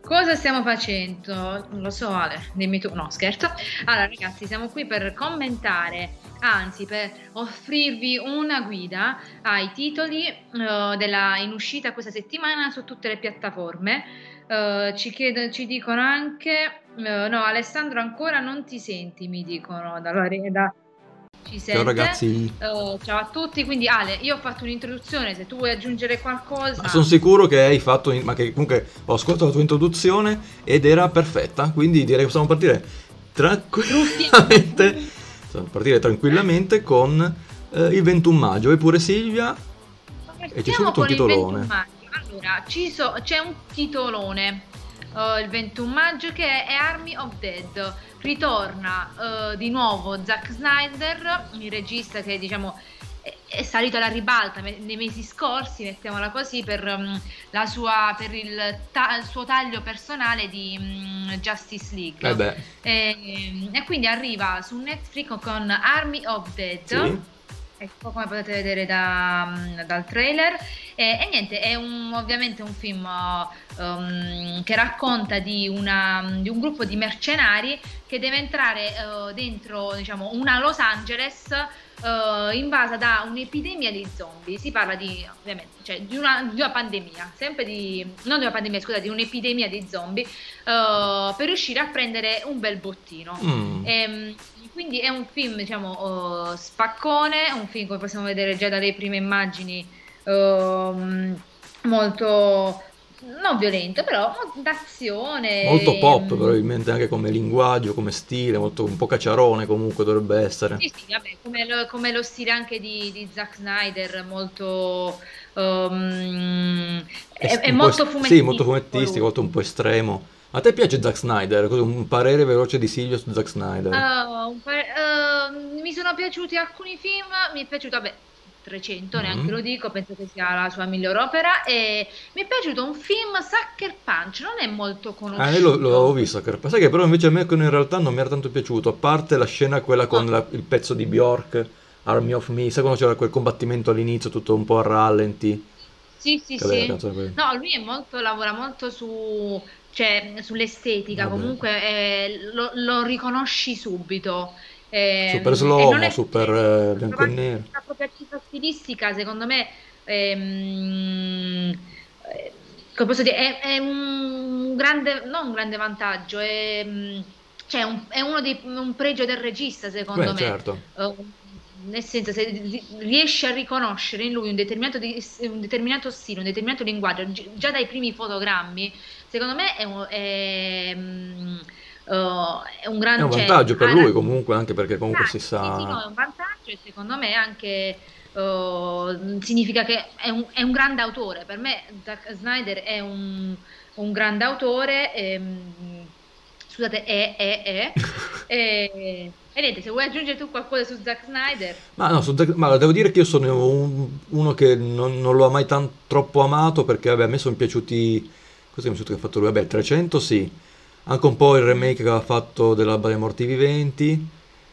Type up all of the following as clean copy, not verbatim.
Cosa stiamo facendo? Non lo so, Ale, dimmi tu. No, scherzo. Allora, ragazzi, siamo qui per commentare, anzi, per offrirvi una guida ai titoli in uscita questa settimana su tutte le piattaforme. Ci dicono anche, no, Alessandro, ancora non ti senti, mi dicono ci Ciao sente. ragazzi, Ciao a tutti. Quindi, Ale, io ho fatto un'introduzione. Se tu vuoi aggiungere ma sono qualcosa. sicuro che hai fatto, ma che comunque ho ascoltato la tua introduzione ed era perfetta, quindi direi che possiamo partire Ruffiano. tranquillamente con il 21 maggio. Eppure Silvia, e c'è Partiamo subito un con il 21 titolone. maggio. Allora, c'è un titolone il 21 maggio che è Army of Dead. Ritorna di nuovo Zack Snyder, il regista che diciamo è salito alla ribalta nei mesi scorsi, mettiamola così, il suo taglio personale di Justice Eh League. beh, E quindi arriva su Netflix con Army of sì, Dead. Ecco, come potete vedere dal trailer. E niente, ovviamente un film che racconta di un gruppo di mercenari che deve entrare dentro, diciamo, una Los Angeles invasa da un'epidemia di zombie. Si parla ovviamente, cioè, di una pandemia, non di una pandemia, scusa, di un'epidemia di zombie per riuscire a prendere un bel bottino. mm, Quindi è un film, diciamo, spaccone, un film come possiamo vedere già dalle prime immagini, molto non violento, però molto d'azione. pop probabilmente anche come linguaggio, come stile, molto, un po' cacciarone comunque dovrebbe essere. Sì, sì, vabbè, come lo stile anche di Zack Snyder, molto, um, è molto Sì, molto fumettistico fumettistico, lui. molto un po' estremo. A te piace Zack Snyder? Cos'è un parere veloce di Silvio su Zack Snyder? Mi sono piaciuti alcuni film, mi è piaciuto, vabbè, 300, neanche Mm. lo dico, penso che sia la sua migliore opera, e mi è piaciuto un film, Sucker Punch, non è molto Io l'ho conosciuto. visto, sai che però invece a me in realtà non mi era tanto piaciuto, a parte la scena quella con No. il pezzo di Bjork, Army of Me, sai quando c'era quel combattimento all'inizio tutto un po' a rallenti, Sì, sì, che la sì. canzone No, lui lavora molto cioè, sull'estetica, vabbè, comunque lo riconosci subito. super E non slow-mo, è super cioè, bianco e nero. la propria artista stilistica, secondo me, come posso dire, è un grande, non un grande vantaggio, cioè è un pregio del regista, Beh, secondo me. certo. Nel senso, se riesci a riconoscere in lui un determinato stile, un determinato linguaggio, già dai primi fotogrammi, secondo me è un È un gran, cioè, vantaggio per lui comunque, anche perché comunque si sì, sì, no, sa. è un vantaggio e secondo me anche significa che è un grande autore. Per me Zack Snyder è un grande autore. Scusate, e niente, se vuoi aggiungere tu qualcosa su Zack Snyder. Ma no, ma devo dire che io sono uno che non lo ha mai troppo amato perché vabbè, a me sono piaciuti. Cosa mi è piaciuto che ha fatto lui? Vabbè, 300 sì, anche un po' il Mm. remake che aveva fatto dell'Alba dei Morti Viventi.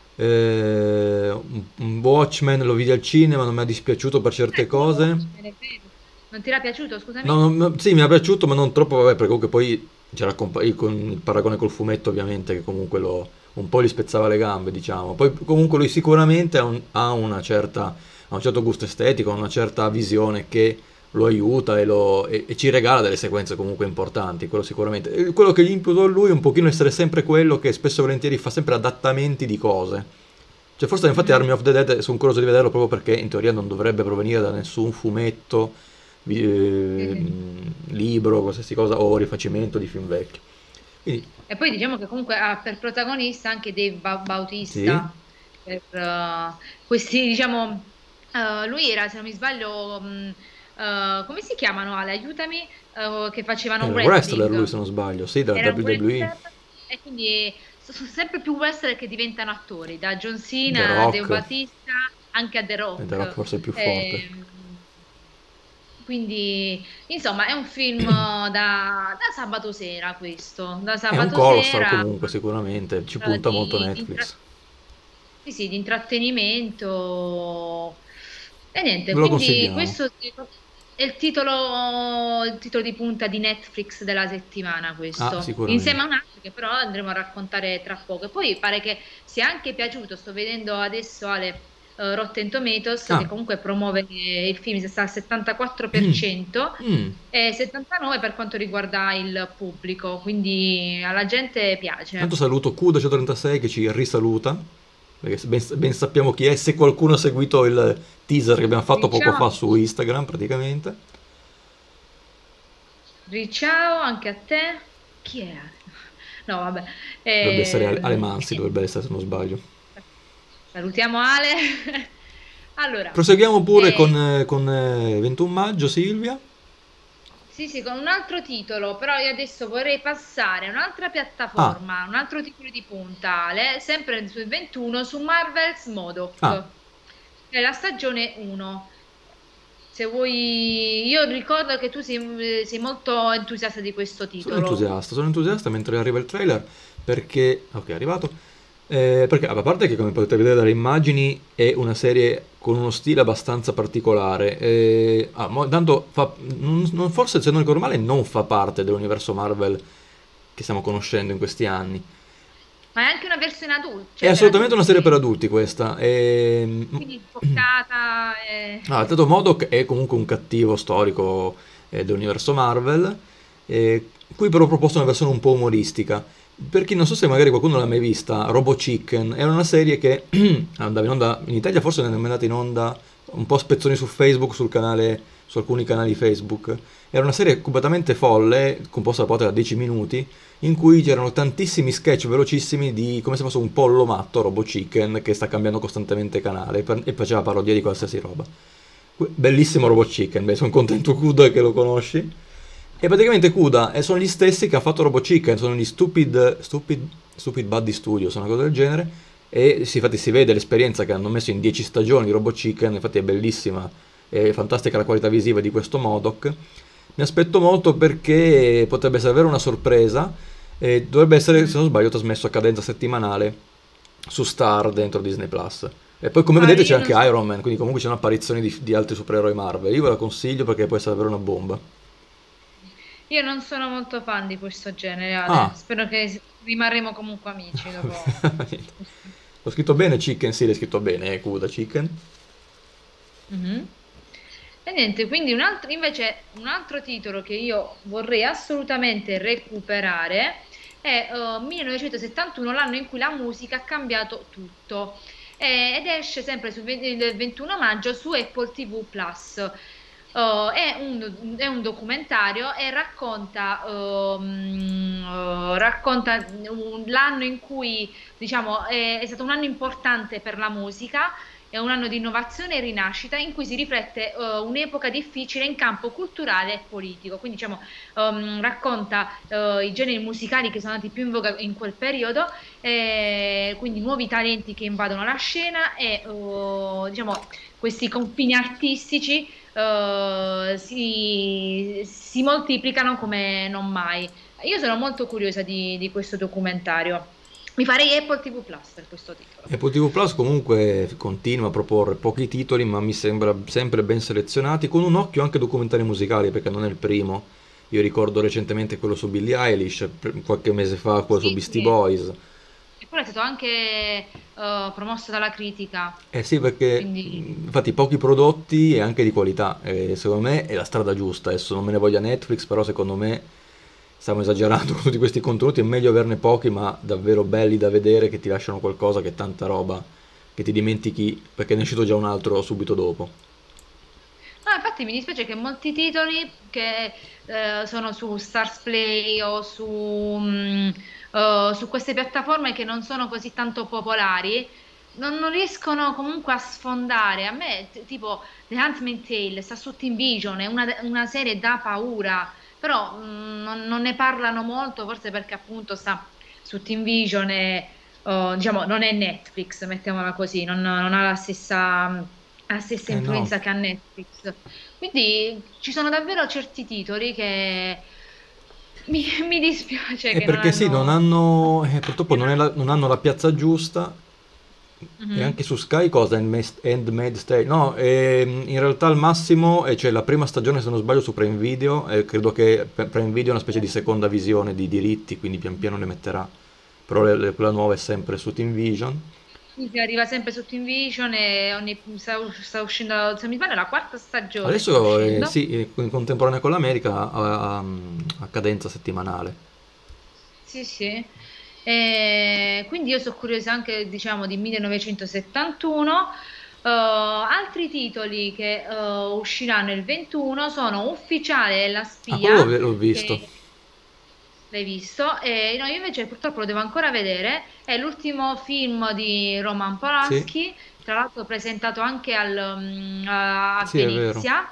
Un Watchmen lo vidi al cinema, non mi è dispiaciuto per certe Pure cose. Watchmen, è vero. Non ti era piaciuto, No, scusami? sì, mi è piaciuto, ma non troppo, vabbè, perché comunque poi c'era con il paragone col fumetto, ovviamente, che comunque un po' gli spezzava le gambe, diciamo. Poi comunque lui sicuramente ha ha un certo gusto estetico, ha una certa visione che lo aiuta e ci regala delle sequenze comunque importanti, quello sicuramente. E quello che gli imputo a lui è un pochino essere sempre quello che spesso e volentieri fa sempre adattamenti di cose. Cioè, forse infatti Mm. Army of the Dead sono curioso di vederlo proprio perché in teoria non dovrebbe provenire da nessun fumetto, Sì, sì. libro, qualsiasi cosa, o rifacimento di film vecchi. Quindi, E poi diciamo che comunque ha per protagonista anche Dave sì, Bautista, questi diciamo, lui era, se non mi sbaglio, come si chiamano Ale? Aiutami, che facevano è un wrestler lui wrestling. se non sbaglio, sì, della Era un WWE, wrestler e quindi sono sempre più wrestler che diventano attori, da John The Cena a Dave Rock, Bautista anche a The e The Rock Rock. forse è il più forte. Ehm, quindi, insomma, è un film da sabato sera questo, da È un sabato colossal sera comunque sicuramente, ci punta molto Netflix. sì, sì, di intrattenimento. E niente, Ve lo quindi consigliamo. questo È il titolo di punta di Netflix della settimana, Ah, questo, insieme sicuramente. a un altro che però andremo a raccontare tra poco. E poi pare che sia anche piaciuto, sto vedendo adesso Ale, Rotten Tomatoes, che Ah, comunque promuove il film, sta al 74% mm. e 79% per quanto riguarda il pubblico, quindi alla gente Tanto piace. saluto Kuda136 che ci risaluta, perché ben sappiamo chi è, se qualcuno ha seguito il teaser che abbiamo fatto poco fa Ciao, su Instagram praticamente. ciao anche a te. Chi è? No, vabbè. Dovrebbe essere Ale Mansi, dovrebbe Niente. essere se non sbaglio. Salutiamo Ale. Allora, Proseguiamo pure eh, con 21 maggio, Silvia. sì, sì, con un altro titolo, però io adesso vorrei passare a un'altra Ah, piattaforma, un altro titolo di punta, Ale, sempre sul 21, su Marvel's ah, MODOK. È la stagione 1. Se vuoi, io ricordo che tu sei molto entusiasta di questo titolo. sono entusiasta mentre arriva il trailer perché... Ok, è arrivato. Perché a parte che come potete vedere dalle immagini è una serie con uno stile abbastanza particolare. Tanto forse se non ricordo male non fa parte dell'universo Marvel che stiamo conoscendo in questi anni. Ma è anche una versione adulta, È cioè per assolutamente una serie per adulti, adulti questa. quindi toccata. Tato Modok è comunque un cattivo storico dell'universo Marvel, qui però ho proposto una versione un po' umoristica. Per chi non so se magari qualcuno l'ha mai vista, Robo Chicken era una serie che andava in onda in Italia, forse non è andata in onda un po' a spezzoni su Facebook, su alcuni canali Facebook. Era una serie completamente folle, composta da 10 minuti, in cui c'erano tantissimi sketch velocissimi di come se fosse un pollo matto, Robo Chicken, che sta cambiando costantemente canale e faceva parodia di qualsiasi roba. Bellissimo Robo Chicken, beh, sono contento Kuda che lo conosci. E praticamente Kuda sono gli stessi che ha fatto Robo Chicken, sono gli Stupid Buddy Studios, una cosa del genere. E sì, infatti si vede l'esperienza che hanno messo in 10 stagioni di Robo Chicken, infatti è bellissima, è fantastica la qualità visiva di questo Modok. Mi aspetto molto perché potrebbe essere davvero una sorpresa e dovrebbe essere, se Mm. non sbaglio, trasmesso a cadenza settimanale su Star dentro Disney Plus. E poi come Guarda, vedete c'è io non anche so. Iron Man, quindi comunque c'è un'apparizione di altri supereroi Marvel. Io ve la consiglio perché può essere davvero una bomba. Io non sono molto fan di questo genere, Ale. Ah, Spero che rimarremo comunque amici dopo. l'ho scritto bene Chicken, sì, l'hai scritto bene, Kuda Chicken. Mhm. E niente, quindi invece un altro titolo che io vorrei assolutamente recuperare è 1971, l'anno in cui la musica ha cambiato tutto. Ed esce sempre il 21 maggio su Apple TV Plus. È un documentario e racconta l'anno in cui, diciamo, è stato un anno importante per la musica, è un anno di innovazione e rinascita in cui si riflette un'epoca difficile in campo culturale e politico. Quindi, diciamo, racconta i generi musicali che sono andati più in voga in quel periodo, quindi nuovi talenti che invadono la scena e, diciamo, questi confini artistici si moltiplicano come non mai. Io sono molto curiosa di questo documentario. Mi farei Apple TV Plus per questo titolo. Apple TV Plus comunque continua a proporre pochi titoli, ma mi sembra sempre ben selezionati, con un occhio anche ai documentari musicali, perché non è il primo. Io ricordo recentemente quello su Billie Eilish, qualche mese fa quello su Sì, Beastie sì. Boys. E poi è stato anche promosso dalla critica, Eh sì, perché quindi infatti pochi prodotti e anche di qualità, secondo me è la strada giusta. Adesso non me ne voglia Netflix, però secondo me stiamo esagerando con tutti questi contenuti, è meglio averne pochi ma davvero belli da vedere che ti lasciano qualcosa che è tanta roba che ti dimentichi perché ne è uscito già un altro subito dopo. no, infatti mi dispiace che molti titoli che sono su Stars Play o su queste piattaforme che non sono così tanto popolari non riescono comunque a sfondare. A me, tipo The Handmaid's Tale, sta su Teen Vision, è una serie da paura, però non ne parlano molto, forse perché appunto sta su Teen Vision e diciamo non è Netflix, mettiamola così, non ha la stessa Eh no, influenza che ha Netflix. Quindi ci sono davvero certi titoli che mi dispiace è che non perché sì, non hanno. hanno, purtroppo non hanno la piazza giusta E Mhm. anche su Sky cosa? Handmaid's Tale? No, in realtà al massimo c'è la prima stagione se non sbaglio su Prime Video e credo che Prime Video è una specie di seconda visione di diritti, quindi pian piano le metterà. Però quella nuova è sempre su Team Vision. Sì, sì, arriva sempre sotto Invision e sta uscendo, se mi sbaglio, la quarta stagione sta Adesso uscendo. sì, in contemporanea con l'America a cadenza settimanale. Sì, sì. E quindi io sono curiosa anche, diciamo, di 1971. Altri titoli che usciranno il 21 sono Ufficiale e la Ah, quello spia, l'ho visto. che l'hai visto, e no, io invece purtroppo lo devo ancora vedere. È l'ultimo film di Roman Sì, Polanski, tra l'altro presentato anche a sì, è vero. Venezia.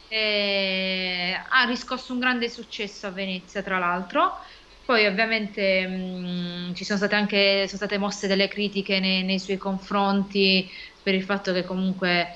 Ha riscosso un grande successo a Venezia, tra l'altro. Poi ovviamente ci sono state mosse delle critiche nei suoi confronti per il fatto che comunque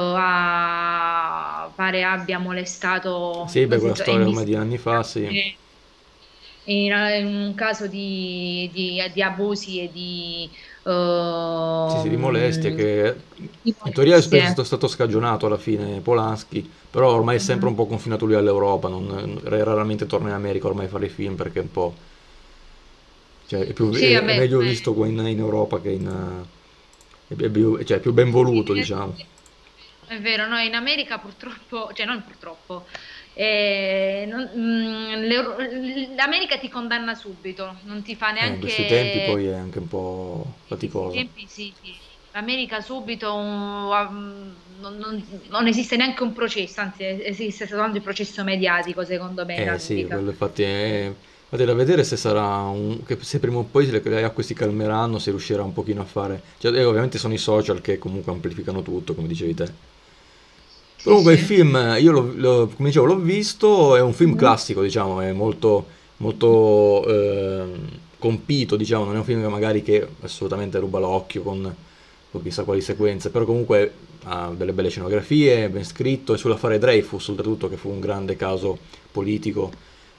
pare abbia molestato Sì, beh, quella storia ormai di anni fa, sì. in un caso di abusi e Sì, sì, di molestie che di in teoria è spesso molestie. stato scagionato alla fine Polanski, però ormai è sempre Mhm. un po' confinato lui all'Europa, raramente torna in America ormai a fare i film perché è un po'. Cioè, Sì, è vabbè, meglio visto qua in Europa che cioè, è più ben voluto, diciamo. è vero, no, in America purtroppo, cioè non purtroppo, l'America ti condanna subito, non ti fa In questi tempi neanche. poi è anche un po' In questi faticoso. tempi sì, sì. L'America subito non esiste neanche un processo, anzi esiste soltanto il processo mediatico, secondo me, in Eh sì, America. quello infatti è da vedere se sarà se prima o poi se le acque si calmeranno, se riuscirà un pochino a fare. Cioè, ovviamente sono i social che comunque amplificano tutto, come dicevi te. Sì, Comunque il sì. film, io come dicevo, l'ho visto, è un film Mhm. classico, diciamo, è molto, molto compito, diciamo, non è un film che magari assolutamente ruba l'occhio con chissà quali sequenze, però comunque ha delle belle scenografie, è ben scritto, è sull'affare Dreyfus, oltretutto, che fu un grande caso politico,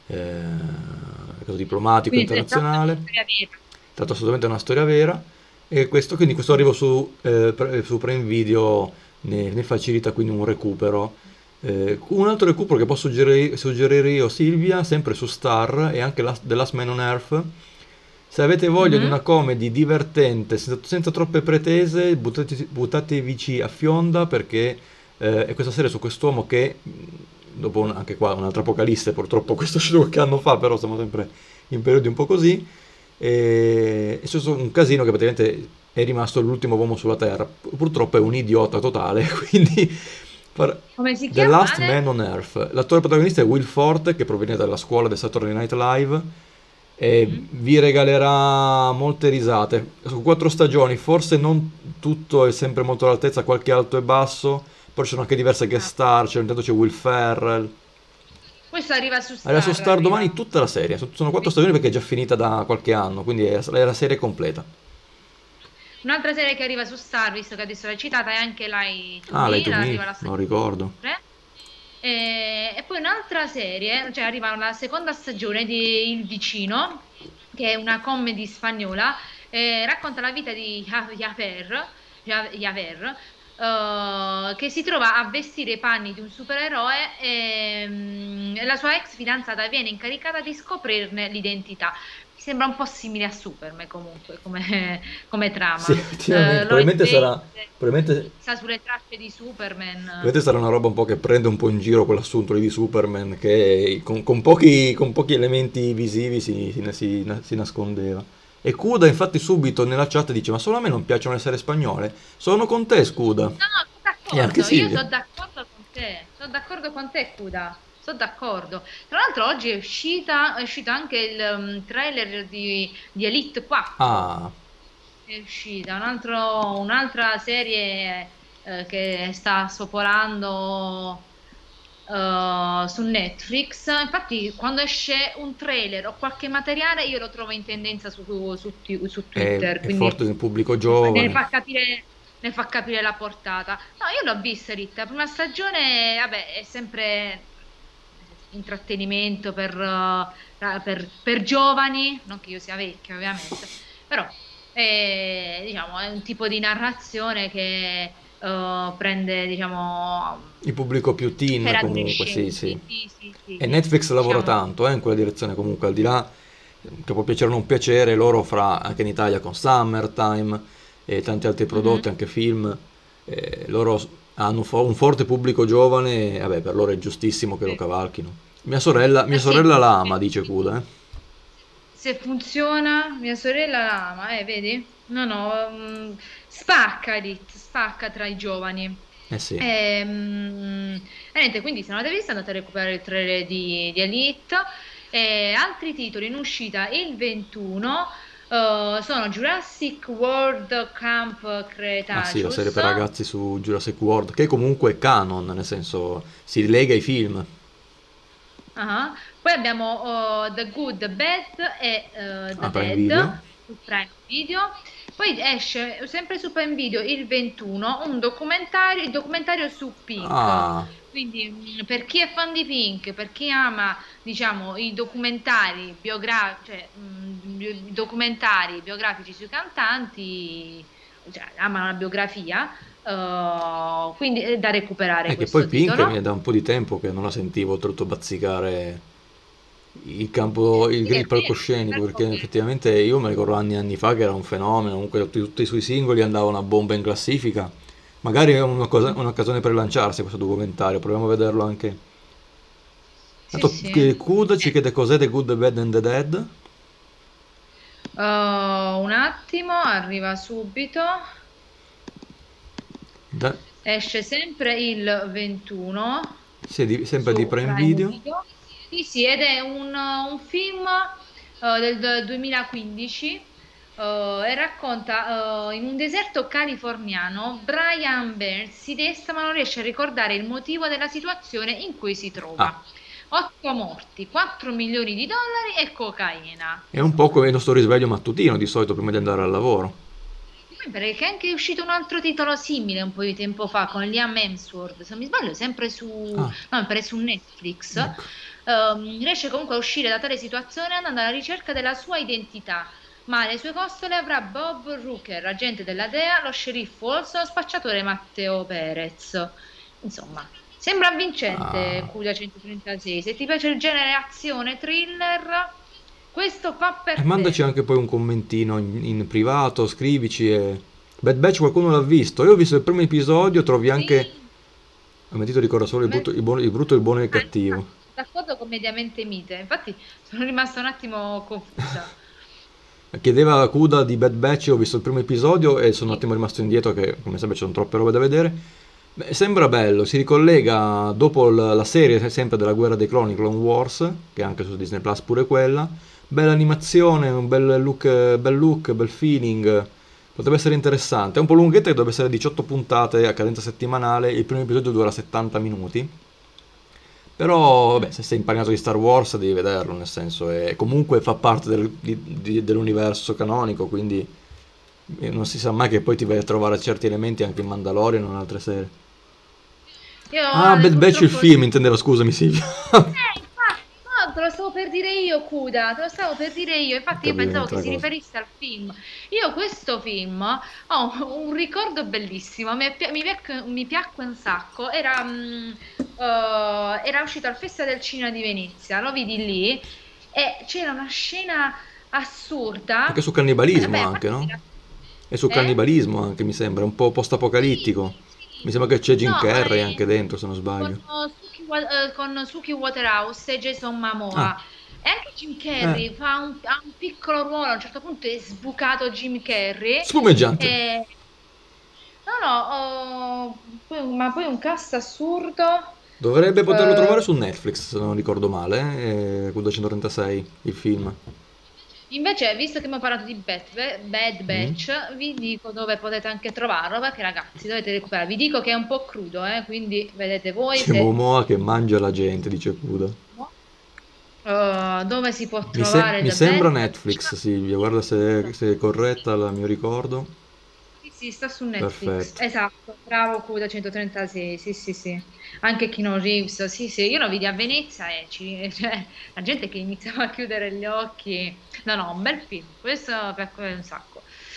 caso diplomatico Quindi è stata una internazionale, storia vera. è stato assolutamente una storia vera, e quindi questo arrivo su Prime Video ne facilita quindi un recupero. Un altro recupero che posso suggerire io, Silvia, sempre su Star, e anche The Last Man on Earth. Se avete voglia di una Mhm. comedy divertente, senza troppe pretese, buttatevici a fionda perché è questa serie su quest'uomo che, dopo anche qua un'altra apocalisse, purtroppo questo è uscito qualche anno fa, però siamo sempre in periodi un po' così, e c'è stato un casino che praticamente è rimasto l'ultimo uomo sulla Terra. Purtroppo è un idiota totale, quindi Come si The chiama, Last Ale? Man on Earth. L'attore protagonista è Will Forte, che proviene dalla scuola del Saturday Night Live e Mhm. vi regalerà molte risate. Su 4 stagioni, forse non tutto è sempre molto all'altezza, qualche alto e basso, poi ci sono anche diverse guest Ah, star, intanto c'è Will Ferrell. questo arriva su Arriva su Star, Star domani arriva. tutta la serie, sono 4 stagioni perché è già finita da qualche anno, quindi è la serie completa. Un'altra serie che arriva su Star, visto che adesso l'hai citata, è anche Lie to Ah, Lei Me, to Me, arriva la non stagione ricordo. 3. E poi un'altra serie, cioè arriva la seconda stagione di Il Vicino, che è una comedy spagnola, racconta la vita di Javier, che si trova a vestire i panni di un supereroe e la sua ex fidanzata viene incaricata di scoprirne l'identità. Mi sembra un po' simile a Superman comunque, come Sì, trama. effettivamente, Lois probabilmente Lane sarà, probabilmente, sta sulle tracce di Superman. probabilmente sarà una roba un po' che prende un po' in giro quell'assunto lì di Superman che con pochi elementi visivi si nascondeva. E Cuda infatti subito nella chat dice: ma solo a me non piacciono le serie spagnole? Sono con te, Scuda. No, no, sono E anche d'accordo, io Silvia. sono d'accordo con te, sono d'accordo con te, Cuda, sono d'accordo. Tra l'altro oggi è uscito anche il trailer di Elite 4, Ah, è uscita, un'altra serie che sta spopolando su Netflix. Infatti, quando esce un trailer o qualche materiale, io lo trovo in tendenza su Twitter, è quindi forte nel pubblico ne giovane. fa capire la portata. No, io l'ho vista, Ritta. La prima stagione, vabbè, è sempre intrattenimento per giovani, non che io sia vecchia, ovviamente, però. E, diciamo, è un tipo di narrazione che prende, diciamo, Il pubblico più per teen comunque, sì, sì. adolescenti. Sì, sì, sì, E sì. Netflix lavora Diciamo, tanto in quella direzione comunque, al di là che può piacere o non piacere, loro fra anche in Italia con Summertime e tanti altri mhm, prodotti, anche film, loro hanno un forte pubblico giovane, e, vabbè, per loro è giustissimo che lo sì. cavalchino. Mia Eh sì, sorella la ama, eh, dice Kuda, eh. se funziona, mia sorella la ama, vedi? No, no, spacca Edith, spacca tra i giovani. Eh sì. Niente, quindi se non l'avete visto andate a recuperare il trailer di Elite. Altri titoli in uscita il 21 sono Jurassic World Camp Ah sì, la serie Cretaceous. per ragazzi su Jurassic World, che comunque è canon, nel senso si rilega ai film. Ah. Poi abbiamo The Good, The Bad e Ah, The Prime Dead Video. su Prime Video. Poi esce sempre su Prime Video il 21 un documentario, il documentario su Pink. Ah, Quindi per chi è fan di Pink, per chi ama, diciamo, i documentari documentari biografici sui cantanti, cioè amano la biografia, quindi è da recuperare è che poi questo Pink titolo. mi è da un po' di tempo che non la sentivo oltretutto bazzicare il campo, Sì, il è vero, palcoscenico, certo perché che effettivamente io mi ricordo anni e anni fa che era un fenomeno, comunque tutti i suoi singoli andavano a bomba in classifica. Magari è un'occasione per lanciarsi questo documentario, proviamo a vederlo anche. sì, Tanto sì. Kuda ci chiede cos'è The Good, The Bad and The Dead. Un attimo, arriva subito. Da- Esce sempre il 21 sì, sempre di su Prime Prime Video. Video. Sì, sì, ed è un film del 2015 e racconta in un deserto californiano Brian Burns si desta ma non riesce a ricordare il motivo della situazione in cui si Ah, trova. 8 morti, 4 milioni di dollari e cocaina. è un po' come il nostro risveglio mattutino di solito prima di andare al lavoro. Perché è anche uscito un altro titolo simile un po' di tempo fa con Liam Hemsworth, se non mi sbaglio, sempre su, Ah, no, mi pare su Netflix. ecco. Riesce comunque a uscire da tale situazione andando alla ricerca della sua identità, ma alle sue costole avrà Bob Rooker, agente della DEA, lo sceriffo Olso e lo spacciatore Matteo Perez. Insomma, sembra vincente Ah. Curia 136. Se ti piace il genere azione, thriller, questo fa E per mandaci te. anche poi un commentino in privato, scrivici e... Bad Batch qualcuno l'ha visto? Io ho visto il primo episodio, trovi anche... Sì. A me ti ricorda solo il brutto, il buono e il cattivo. Infatti, sono d'accordo con Mediamente Mite, infatti sono rimasta un attimo confusa. Chiedeva a Kuda di Bad Batch, ho visto il primo episodio e sono un Sì, attimo rimasto indietro che come sempre ci sono troppe robe da vedere. Beh, sembra bello, si ricollega dopo la serie sempre della guerra dei cloni, Clone Wars, che è anche su Disney Plus pure quella. Bella animazione, un bel look, bel feeling. Potrebbe essere interessante. È un po' lunghetta che dovrebbe essere 18 puntate a cadenza settimanale. Il primo episodio dura 70 minuti. Però, vabbè, mm, se sei impagnato di Star Wars devi vederlo, nel senso, comunque fa parte dell'universo canonico, quindi non si sa mai che poi ti vai a trovare certi elementi anche in Mandalorian o in altre serie. io Ah, Bad Batch il purtroppo film, intendevo, scusami Silvia. infatti, no, te lo stavo per dire io, Cuda, te lo stavo per dire io. Ho Infatti, io capito pensavo che un'altra si cosa. riferisse al film. Io questo film ho un ricordo bellissimo, mi piacque un sacco. Era uscito al Festival del Cinema di Venezia, lo vidi lì e c'era una scena Anche assurda. su cannibalismo Beh, a anche, parte no? che E su eh? cannibalismo anche, mi sembra, un po' Sì, post-apocalittico. sì, Mi sì. sembra che c'è Jim No, Carrey anche dentro, se non con, sbaglio. con Suki Waterhouse e Jason Ah, Momoa. E anche Jim eh, Carrey ha un piccolo ruolo, a un certo punto è sbucato Jim Carrey. spumeggiante. E, no, no, ma poi un cast assurdo. Dovrebbe poterlo Eh, trovare su Netflix, se non ricordo male, Q236, il film. invece, visto che abbiamo parlato di Bad Mm? Batch, vi dico dove potete anche trovarlo, perché ragazzi dovete recuperare. Vi dico che è un po' crudo, quindi vedete voi C'è se Momoa che mangia la gente, dice Kuda. dove si può Mi trovare The sembra Bad Batch. Netflix, Silvia, guarda se è corretta il mio ricordo. Sì, sì, sta su Netflix. Perfetto. Esatto, bravo Cuda 136. Sì, sì, sì. Anche Keanu Reeves. Sì, sì, io lo vidi a Venezia e cioè, la gente che iniziava a chiudere gli occhi. No, no, un bel film. Questo per un sacco.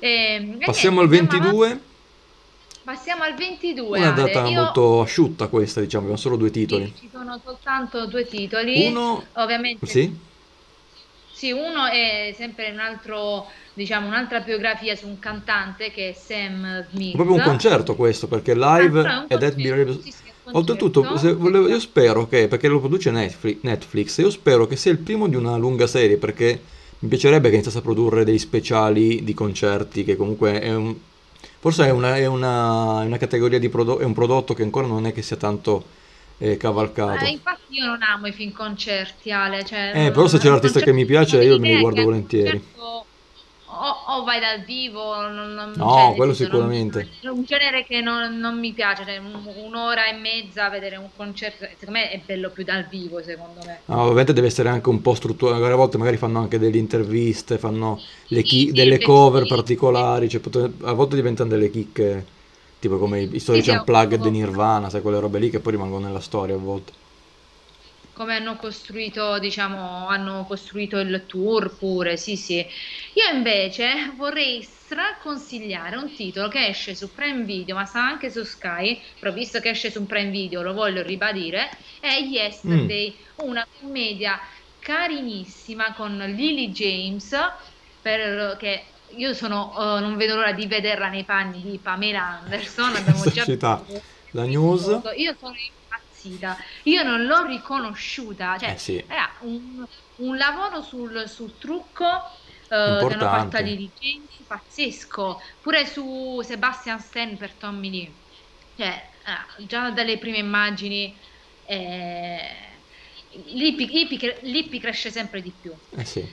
E Passiamo niente, al andiamo avanti. 22. Passiamo al 22, Una Ale. data Io molto asciutta questa, diciamo, abbiamo solo due sì, titoli. ci sono soltanto due titoli. Uno, Ovviamente, sì, sì, uno è sempre un altro, diciamo, un'altra biografia su un cantante che è Sam è proprio Smith. un concerto questo, perché Però è live un ed Ed concerto, Be. sì, sì, è un Oltretutto, concerto. io Esatto. spero che, perché lo produce Netflix, io spero che sia il primo di una lunga serie, perché mi piacerebbe che iniziasse a produrre dei speciali di concerti, che comunque forse è una categoria è un prodotto che ancora non è che sia tanto cavalcato. Infatti io non amo i film concerti, Ale, cioè Però se c'è un l'artista che concerto, mi sono piace io me li dell'idea che guardo al volentieri. concerto o vai dal vivo, cioè No, nel quello senso sicuramente. è un genere che non mi piace, cioè, un'ora e mezza a vedere un concerto, secondo me è bello più dal vivo, secondo me. No, ovviamente deve essere anche un po' strutturato, a volte magari fanno anche delle interviste, fanno Sì, sì, delle cover bellissimi. particolari, cioè, a volte diventano delle chicche, tipo come i Sì, storici sì, unplugged di Nirvana, sai, quelle robe lì che poi rimangono nella storia a volte. come hanno costruito, diciamo, hanno costruito il tour pure, sì, sì. Io invece vorrei straconsigliare un titolo che esce su Prime Video, ma sta anche su Sky, però visto che esce su Prime Video lo voglio ribadire, è Mm, Yesterday, una commedia carinissima con Lily James, che io non vedo l'ora di vederla nei panni di Pamela Anderson, abbiamo già esercità. visto questo La news? episodio, io sono impazzita. Io non l'ho riconosciuta, Eh cioè sì, era un lavoro sul trucco che hanno fatto a importante. Lily James, pazzesco, pure su Sebastian Stan per Tommy Lee, cioè già dalle prime immagini Lippi cresce sempre di più. Eh sì.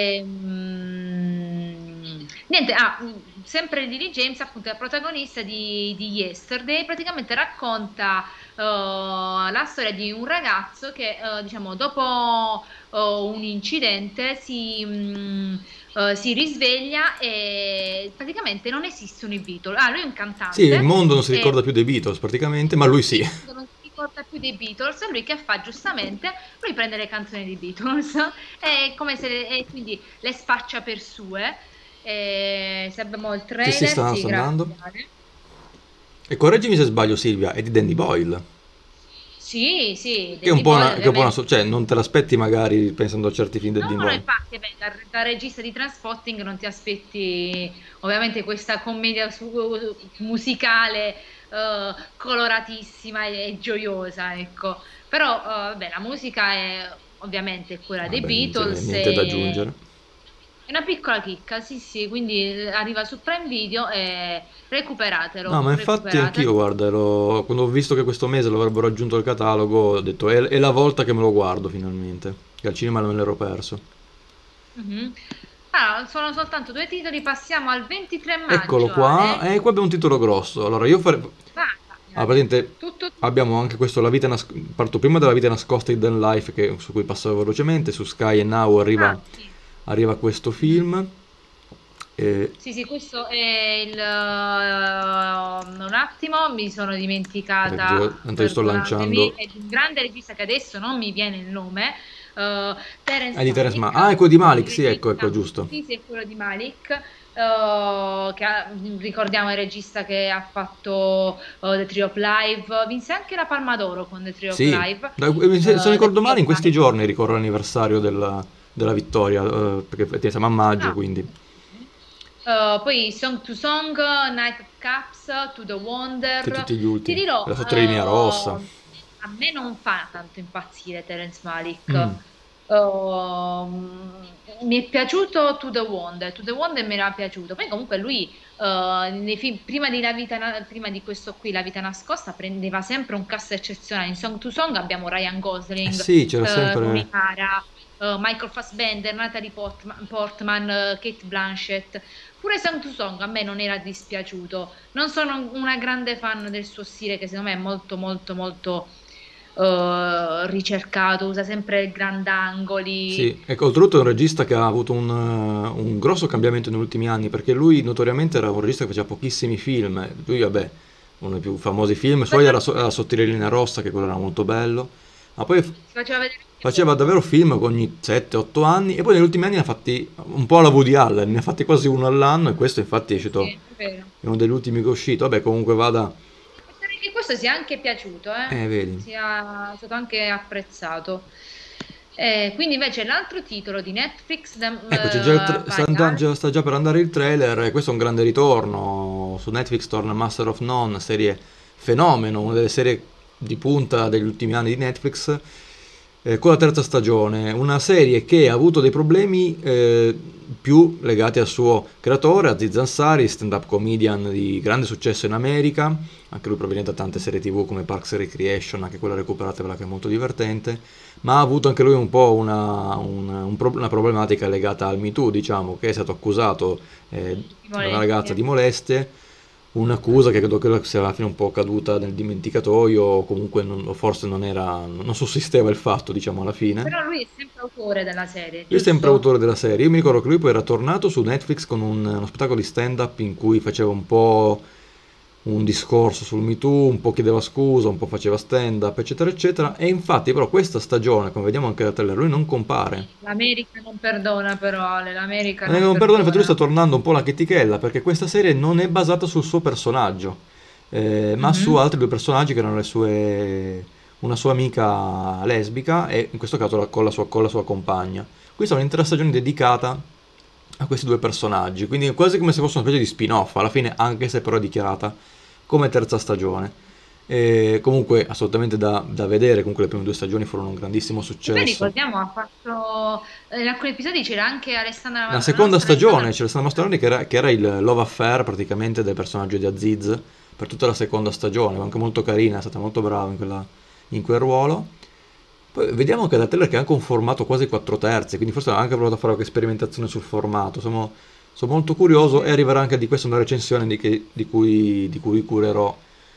Niente, sempre Lily James, appunto, è la protagonista di Yesterday, praticamente racconta la storia di un ragazzo che, diciamo, dopo un incidente si risveglia e praticamente non esistono i Beatles. Ah, lui è un Sì, il cantante mondo non si e ricorda più dei Beatles praticamente, ma lui sì. il mondo non si ricorda più dei Beatles, e lui che fa giustamente? Lui prende le canzoni dei Beatles e, e quindi le spaccia per sue. Se abbiamo il Sì, sì, trailer, sta sì, andando. grazie Ale. E correggimi se sbaglio Silvia, è di Danny Boyle. Sì, sì, Che è un Danny po' Boyle che è un po' ovviamente. cioè non te l'aspetti magari pensando a certi film del No, Danny no, Boyle. infatti, beh, da regista di Transpotting non ti aspetti ovviamente questa commedia musicale coloratissima e gioiosa, ecco. Però, vabbè, la musica è ovviamente quella dei Vabbè, non c'è Beatles niente da e aggiungere. è una piccola chicca, sì, sì, quindi arriva su Prime Video e No, recuperatelo, ma infatti anch'io, recuperatelo. guarda, quando ho visto che questo mese lo avrebbero aggiunto al catalogo, ho detto è la volta che me lo guardo finalmente. Che al cinema me l'ero perso. Mhm. Allora, sono soltanto due titoli, passiamo al 23 Eccolo maggio, qua, Ale. e qua abbiamo un titolo grosso. Allora, io farei. Vai, Ah, Ale. praticamente Tutto tu. abbiamo anche questo, parto prima della vita nascosta di Dan Life, su cui passavo velocemente, su Sky e Now Ah, arriva, sì. arriva questo Mhm. film. E, Sì, sì, questo è un attimo, mi sono dimenticata, tanto io sto perdonatemi, lanciando. è di un grande regista che adesso non mi viene il nome, È Terence di Terence Malick, Ah, è quello di il Malik, sì, ecco, regista, giusto. sì, sì, è quello di Malik, ricordiamo il regista che ha fatto The Tree of Life, vinse anche la Palma d'Oro con The Tree of Sì, Life, se non The ricordo Tree male, of in questi Life. giorni ricorre l'anniversario della vittoria, perché siamo a maggio, Ah, quindi. ok. Poi Song to Song, Night of Cups, To the Sì, Wonder. tutti gli Ti ultimi. dirò, La sottolinea rossa. a me non fa tanto impazzire Terence Malick. Mm. Mi è piaciuto To the Wonder, To the Wonder mi era piaciuto. Poi comunque lui nei film, prima di, prima di questo qui, La vita nascosta, prendeva sempre un cast eccezionale. In Song to Song abbiamo Ryan Eh Gosling, sì, c'era Rooney sempre. Mara, Michael Fassbender, Natalie Portman, Kate Blanchett. Pure Song to Song a me non era dispiaciuto. Non sono una grande fan del suo stile, che secondo me è molto, molto, molto ricercato, usa sempre grandangoli. Sì, ecco, oltretutto è un regista che ha avuto un grosso cambiamento negli ultimi anni, perché lui notoriamente era un regista che faceva pochissimi film. Lui, vabbè, uno dei più famosi film suoi era, Faceva- era Sottile linea rossa, che quello era molto bello. Ma poi Si faceva vedere faceva davvero film ogni 7-8 anni e poi negli ultimi anni ne ha fatti un po' alla Woody Allen, ne ha fatti quasi uno all'anno e questo infatti è uscito, Sì, è vero. è uno degli ultimi che è uscito. Vabbè, comunque vada, Spero che questo sia anche piaciuto, vedi. sia stato anche apprezzato. Quindi invece l'altro titolo di Netflix, Ecco, c'è già vai Ale. sta già per andare il trailer e questo è un grande ritorno. Su Netflix torna Master of None, serie fenomeno, una delle serie di punta degli ultimi anni di Netflix, con la terza stagione. Una serie che ha avuto dei problemi più legati al suo creatore, Aziz Ansari, stand-up comedian di grande successo in America, anche lui proveniente da tante serie TV come Parks and Recreation, anche quella recuperatevela che è molto divertente, ma ha avuto anche lui un po' una problematica legata al Me Too, diciamo, che è stato accusato Di da una ragazza di molestie. molestie, un'accusa che credo che sia alla fine un po' caduta nel dimenticatoio, o comunque o forse non sussisteva il fatto, diciamo, alla fine. Però lui è sempre autore della serie, Lui è sempre giusto? autore della serie. Io mi ricordo che lui poi era tornato su Netflix con uno spettacolo di stand-up in cui faceva un po' un discorso sul Me Too, un po' chiedeva scusa, un po' faceva stand-up, eccetera, eccetera. E infatti, però, questa stagione, come vediamo anche da trailer, lui non compare. L'America non perdona però, Ale, l'America non Non perdono, infatti lui sta perdona. tornando un po' la chetichella, perché questa serie non è basata sul suo personaggio, ma su Mhm. altri due personaggi che erano una sua amica lesbica e in questo caso con la sua compagna. Questa è un'intera stagione dedicata a questi due personaggi, quindi è quasi come se fosse una specie di spin-off, alla fine, anche se però è dichiarata come terza stagione. E comunque assolutamente da vedere, comunque le prime due stagioni furono un grandissimo E poi successo. ricordiamo, ha fatto, in alcuni episodi c'era anche La Alessandra, la seconda nostra stagione Alessandra. c'era stato mostrare che era il love affair praticamente del personaggio di Aziz per tutta la seconda stagione, anche molto carina, è stata molto brava in quel ruolo. Poi vediamo che da trailer che ha anche un formato quasi 4 terzi, quindi forse ha anche provato a fare qualche sperimentazione sul formato. Sono molto curioso e Sì. arriverà anche di questo una recensione di cui curerò,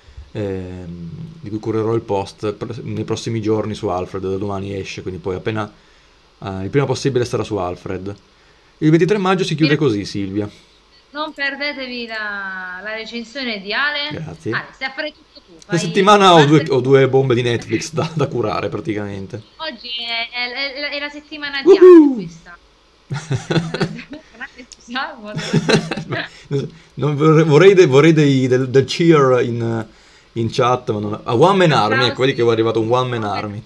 di cui curerò il post nei prossimi giorni su Alfred, da domani esce, quindi poi appena il prima possibile sarà su Alfred. Il 23 maggio si chiude così, Silvia. Non perdetevi la recensione di Ale. Grazie. Ale, stai a fare tutto tu, Questa fai settimana comandi. ho due bombe di Netflix da curare praticamente. Oggi è la settimana di Ale Woohoo! questa. Grande Salmo. Non vorrei del cheer in chat, ma non, a One Man Army, ecco, vedi che è Applausi. arrivato un One Man No, Army.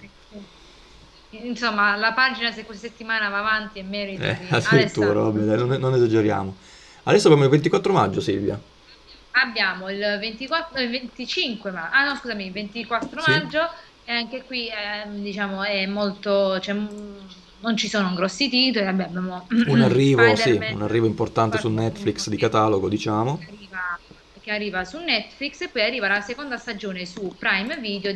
insomma, la pagina se questa settimana va avanti è merito di Addirittura, vabbè, Alessandro. dai, non esageriamo. Adesso abbiamo il 24 maggio, Silvia. Abbiamo il 24, il 25 maggio, ah no, scusami, il 24 Sì? maggio e anche qui diciamo è molto, cioè, non ci sono grossi titoli, vabbè, abbiamo Un arrivo, sì, Spider-Man un arrivo importante su 4 appunto Netflix di catalogo, diciamo. che arriva su Netflix e poi arriva la seconda stagione su Prime Video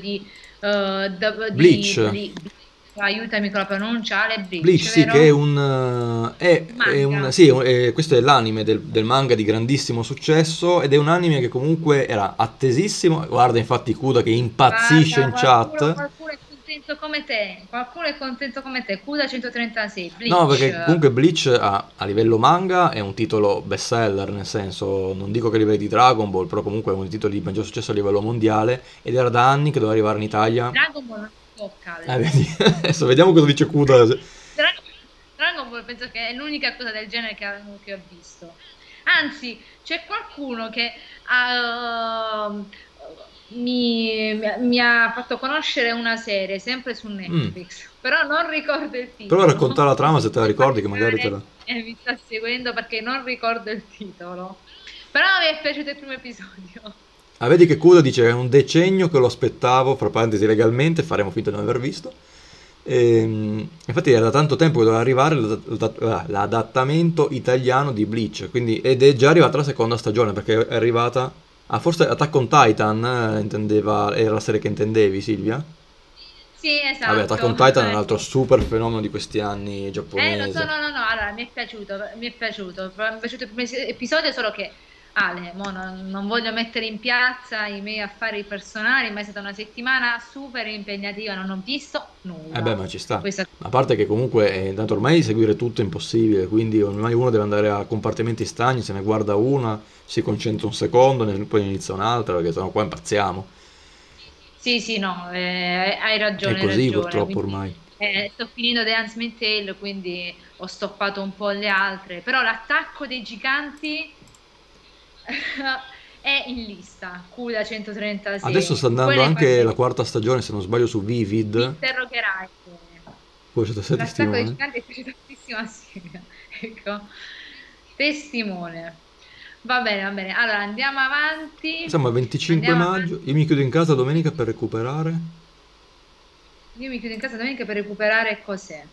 Bleach. aiutami con la pronuncia, Ale Bleach, Bleach, sì, che è vero? un... Manga. sì, questo è l'anime del manga di grandissimo successo ed è un anime che comunque era attesissimo. Guarda, infatti, Kuda che impazzisce Guarda, in chat. qualcuno è contento come te, qualcuno è contento come te. Cuda 136, No, Bleach. perché comunque Bleach a livello manga è un titolo bestseller, nel senso, non dico che a livello di Dragon Ball, però comunque è uno dei titoli di maggior successo a livello mondiale ed era da anni che doveva arrivare in Italia. Dragon Ball non si tocca, Ale. Vedi, adesso vediamo cosa dice Kuda. Dragon, Dragon Ball penso che è l'unica cosa del genere che ho visto. Anzi, c'è qualcuno che mi ha fatto conoscere una serie sempre su Mm. Netflix, però non ricordo il Prova a titolo. raccontare la trama se te la Può ricordi, che magari te capitare la... e mi sta seguendo perché non ricordo il titolo. Però mi è piaciuto il primo episodio. Ah, vedi che Kuda dice che è un decennio che lo aspettavo, fra parentesi legalmente, faremo finta di non aver visto. Infatti era da tanto tempo che doveva arrivare l'adattamento italiano di Bleach, ed è già arrivata la seconda stagione perché è arrivata... Ah, forse Attack on Titan era la serie che intendevi, Silvia? Sì, Vabbè, Attack esatto. on Titan è un altro Ecco. super fenomeno di questi anni Lo so, giapponese. no, no, no, allora mi è piaciuto, mi è piaciuto, mi è piaciuto il primo episodio, solo che Ale, mo non voglio mettere in piazza i miei affari personali, ma è stata una settimana super impegnativa, non ho visto Eh beh, nulla. ma ci sta. Questa A parte che comunque, tanto ormai seguire tutto è impossibile, quindi ormai uno deve andare a compartimenti stagni, se ne guarda una, si concentra un secondo, poi ne inizia un'altra, perché sennò qua impazziamo. sì, sì, no, hai È ragione, hai così ragione. purtroppo Quindi ormai. sto finendo The Handmaid's Tale, quindi ho stoppato un po' le altre, però l'attacco dei giganti è in lista, Cuda Adesso 136. sta Poi andando ne anche la parleremo. quarta stagione, se non sbaglio, su Mi Vivid. interrogerai. Poi c'è sei L'attacco dei testimone. giganti è piaciuto tantissimo a Silvia. Ecco, testimone. Va bene, va bene. Allora andiamo avanti. Siamo al 25 Andiamo maggio. Io avanti. mi chiudo in casa domenica per recuperare. Io mi chiudo in casa domenica per recuperare cos'è?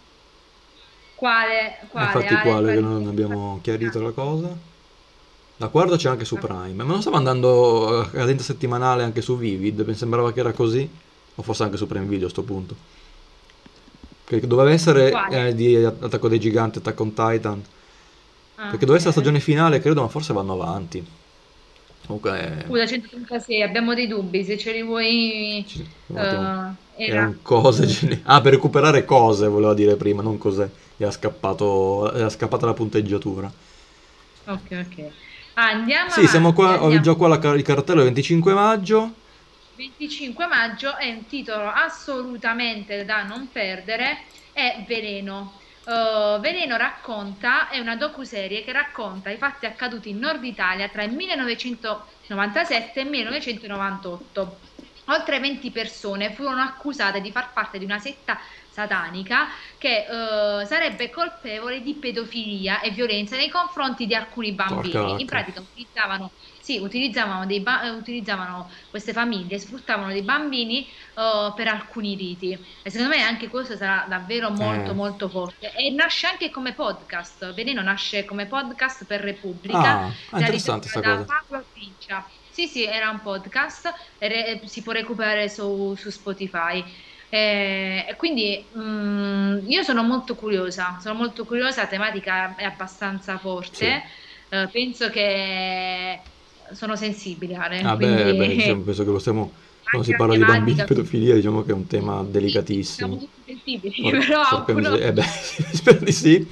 Quale? Infatti Ale, quale che quali- non abbiamo chiarito Ah, la cosa. La quarta c'è anche su la- Prime. Ma non stava andando a cadenza settimanale anche su Vivid? Mi sembrava che era così. O forse anche su Prime Video a sto punto. Che doveva essere quale? di Attacco dei Giganti, Attack on Titan. Ah, Perché doveva essere la ok. stagione finale, credo, ma forse vanno avanti. Comunque, Scusa, 136, abbiamo dei dubbi, se ce li vuoi... un attimo. Era... Erano cose Ah, per recuperare cose, voleva dire prima, non cose. Era scappata la punteggiatura. Ok, ok. Andiamo Sì, siamo avanti, qua, ho andiamo. già qua il cartello 25 maggio. 25 maggio è un titolo assolutamente da non perdere, è Veleno. Veleno racconta, è una docuserie che racconta i fatti accaduti in Nord Italia tra il 1997 e il 1998. Oltre 20 persone furono accusate di far parte di una setta satanica che sarebbe colpevole di pedofilia e violenza nei confronti di alcuni Porca bambini. In vacca. pratica sì, utilizzavano queste famiglie, sfruttavano dei bambini per alcuni riti. E secondo me anche questo sarà davvero Eh. molto molto forte. E nasce anche come podcast. Veleno nasce come podcast per Repubblica, Interessante realizzato sta da cosa. Paolo Trincia. Sì, sì, era un podcast, si può recuperare su Spotify. E quindi io sono molto curiosa, la tematica è abbastanza Sì. forte, penso che sono sensibile, Ale, Ah, beh, quindi diciamo, penso che possiamo, quando si anche la parla di bambini e tematica, pedofilia, diciamo che è un tema sì, sì, siamo delicatissimo. tutti sensibili, però Porca auguro. miseria, beh, spero di sì.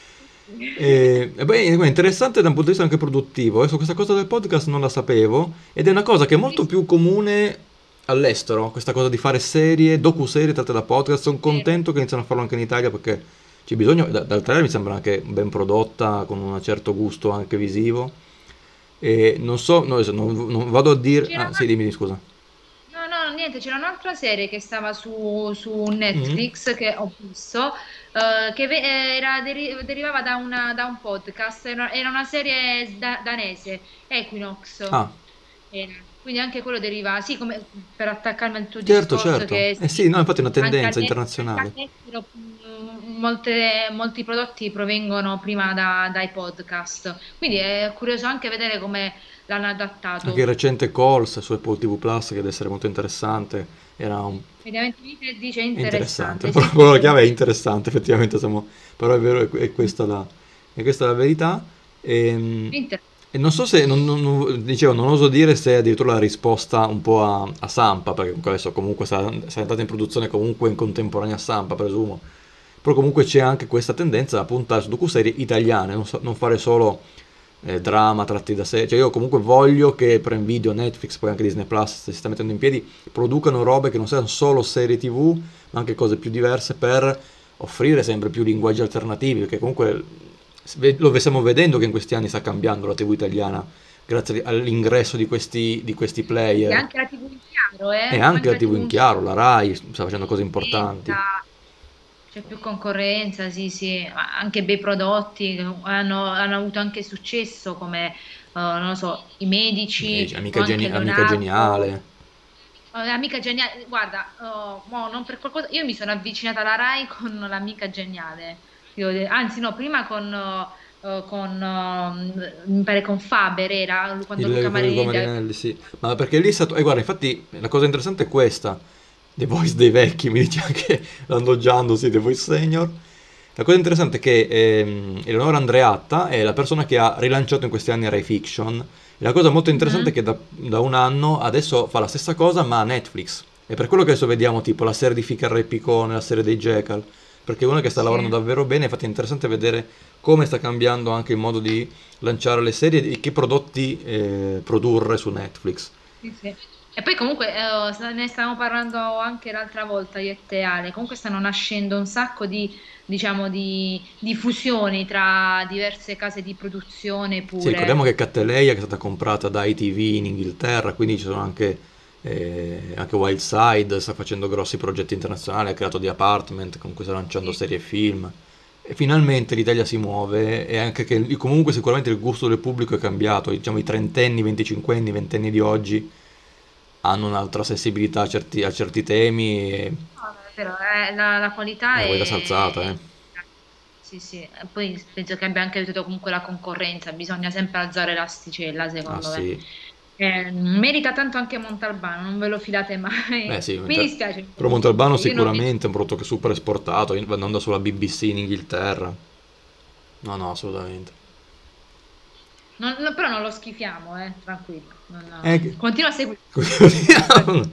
E beh, è interessante da un punto di vista anche produttivo. Adesso questa cosa del podcast non la sapevo ed è una cosa che è Sì, molto sì, più comune all'estero, questa cosa di fare serie, docu-serie tratte da podcast. Sono vero. contento che iniziano a farlo anche in Italia perché c'è bisogno, dal trailer mi sembra anche ben prodotta, con un certo gusto anche visivo. E non so, no, adesso non vado a dire... C'era Ah, sì, dimmi scusa. No, no, niente, c'era un'altra serie che stava su Mhm. Netflix che ho visto, che derivava da un podcast, era una serie danese, Equinox. Ah, Quindi anche quello deriva, sì, come per attaccarmi al tuo certo, discorso, certo. che Eh sì, sì, no, infatti è una anche tendenza internazionale. all'estero molti prodotti provengono prima dai podcast. Quindi è curioso anche vedere come l'hanno Anche il adattato. recente Calls su Apple TV Plus, che deve essere molto interessante, era un... Mediamente dice è interessante. interessante, La sì, sì, parola chiave è interessante, effettivamente, però è vero, è questa la verità. inter- E non so se, dicevo, non oso dire se è addirittura la risposta un po' a Sampa, perché comunque adesso comunque sarà entrata in produzione comunque in contemporanea a Sampa, presumo. Però comunque c'è anche questa tendenza a puntare su docuserie italiane, non fare solo drama tratti da sé. Cioè io comunque voglio che Prime Video, Netflix, poi anche Disney Plus, se si sta mettendo in piedi, producano robe che non siano solo serie TV, ma anche cose più diverse per offrire sempre più linguaggi alternativi, perché comunque lo stiamo vedendo che in questi anni sta cambiando la TV italiana grazie all'ingresso di questi sì, player. anche la TV in chiaro, E anche anche la la TV TV in in chiaro, chiaro, la Rai sta facendo cose importanti. c'è più concorrenza, sì, sì, ma anche bei prodotti che hanno avuto anche successo come, non lo so, i medici o anche Amica Leonardo. geniale. L'amica geniale, guarda, mo non per qualcosa, io mi sono avvicinata alla Rai con l'amica geniale, anzi no, prima mi pare con Faber era quando Luca Con Enrico Marinelli Marinelli, sì. Ma perché lì è stato... guarda, infatti la cosa interessante è questa. The Voice dei vecchi, mi dice anche Landoggiando, sì, The Voice Senior. La cosa interessante è che Eleonora Andreatta è la persona che ha rilanciato in questi anni Rai Fiction. E la cosa molto interessante è Mhm, che da un anno adesso fa la stessa cosa, ma a Netflix. E per quello che adesso vediamo, tipo la serie di Ficarra e Piccone, la serie dei Jekyll. Perché è una che sta lavorando sì, davvero bene, infatti è interessante vedere come sta cambiando anche il modo di lanciare le serie e che prodotti produrre su Netflix. sì, sì. E poi comunque ne stavamo parlando anche l'altra volta io e te, Ale. Comunque stanno nascendo un sacco di, diciamo, di fusioni tra diverse case di produzione Sì, ricordiamo pure. che Cattleya che è stata comprata da ITV in Inghilterra, quindi ci sono anche Wildside, sta facendo grossi progetti internazionali, ha creato The Apartment, con cui sta lanciando Sì. serie e film. E finalmente l'Italia si muove e anche che comunque sicuramente il gusto del pubblico è cambiato, diciamo i trentenni, i venticinquenni, i ventenni di oggi hanno un'altra sensibilità a certi temi No, no, è vero, la e qualità la qualità si è alzata, eh. sì, sì. E poi penso che abbia anche aiutato comunque la concorrenza, bisogna sempre alzare l'asticella, Ah secondo me. sì, Merita tanto anche Montalbano, non ve lo filate beh mai. sì, Mi dispiace un po' però Montalbano io non mi... sicuramente è un prodotto che è super esportato, andando sulla BBC in Inghilterra. No, no, assolutamente. però non lo schifiamo, tranquillo. Che... Continua a seguire. Così-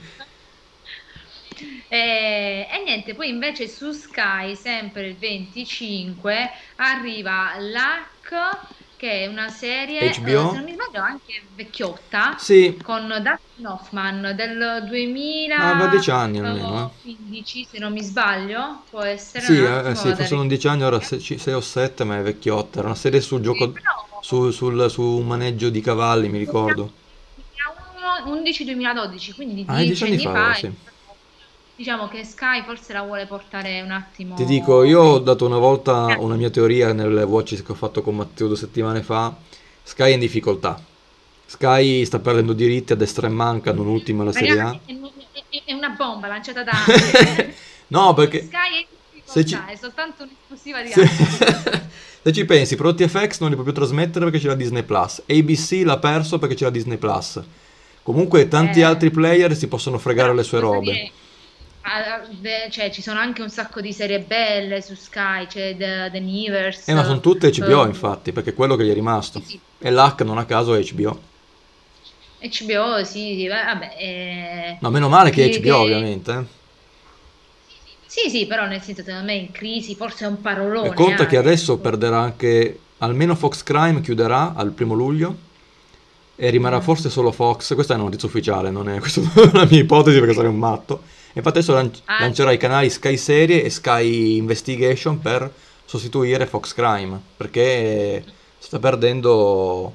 E niente, poi invece su Sky, sempre il 25, arriva l'Hack, che è una serie, se HBO? non mi sbaglio, anche vecchiotta, Sì, con Dustin Hoffman del ma aveva 10 anni almeno, eh. 2015, se non mi sbaglio, può essere un Sì, attimo, sì, vado a forse non 10 anni, ora rivedere. 6 o 7, ma è vecchiotta. Era una serie sul Sì, gioco, però su un maneggio di cavalli, mi ricordo. 2011-2012, quindi di Ah, è 10 10 anni anni fa allora, fa, sì. diciamo che Sky forse la vuole portare un Ti dico, attimo io più ho in... dato una volta una mia teoria nelle watches che ho fatto con Matteo 2 settimane fa. Sky è in difficoltà. Sky sta perdendo diritti a destra e manca, non ultima la Serie A. Ragazzi, è una bomba lanciata da Ale. No, perché Sky è in se ci, difficoltà, è soltanto un'esclusiva di se, Ale. se ci pensi, i prodotti FX non li può più trasmettere perché c'è la Disney Plus. ABC l'ha perso perché c'è la Disney Plus. Comunque tanti Eh, altri player si possono però fregare le ti sue posso robe. dire, cioè, ci sono anche un sacco di serie belle su Sky, c'è The Nevers, Ma sono tutte HBO infatti, perché è quello che gli è rimasto. sì, sì, E l'hack non a caso è HBO. HBO, sì, sì, vabbè, No, meno male che è HBO che ovviamente. sì, sì, però nel senso, secondo me in crisi forse è un E parolone, conta che Ale. adesso perderà anche, almeno Fox Crime chiuderà al 1° luglio e rimarrà Mm. forse solo Fox. Questa è una notizia ufficiale, non è, questa è una mia ipotesi perché sarei un matto. E infatti adesso Ah, lancerà i canali Sky Serie e Sky Investigation per sostituire Fox Crime, perché sta perdendo.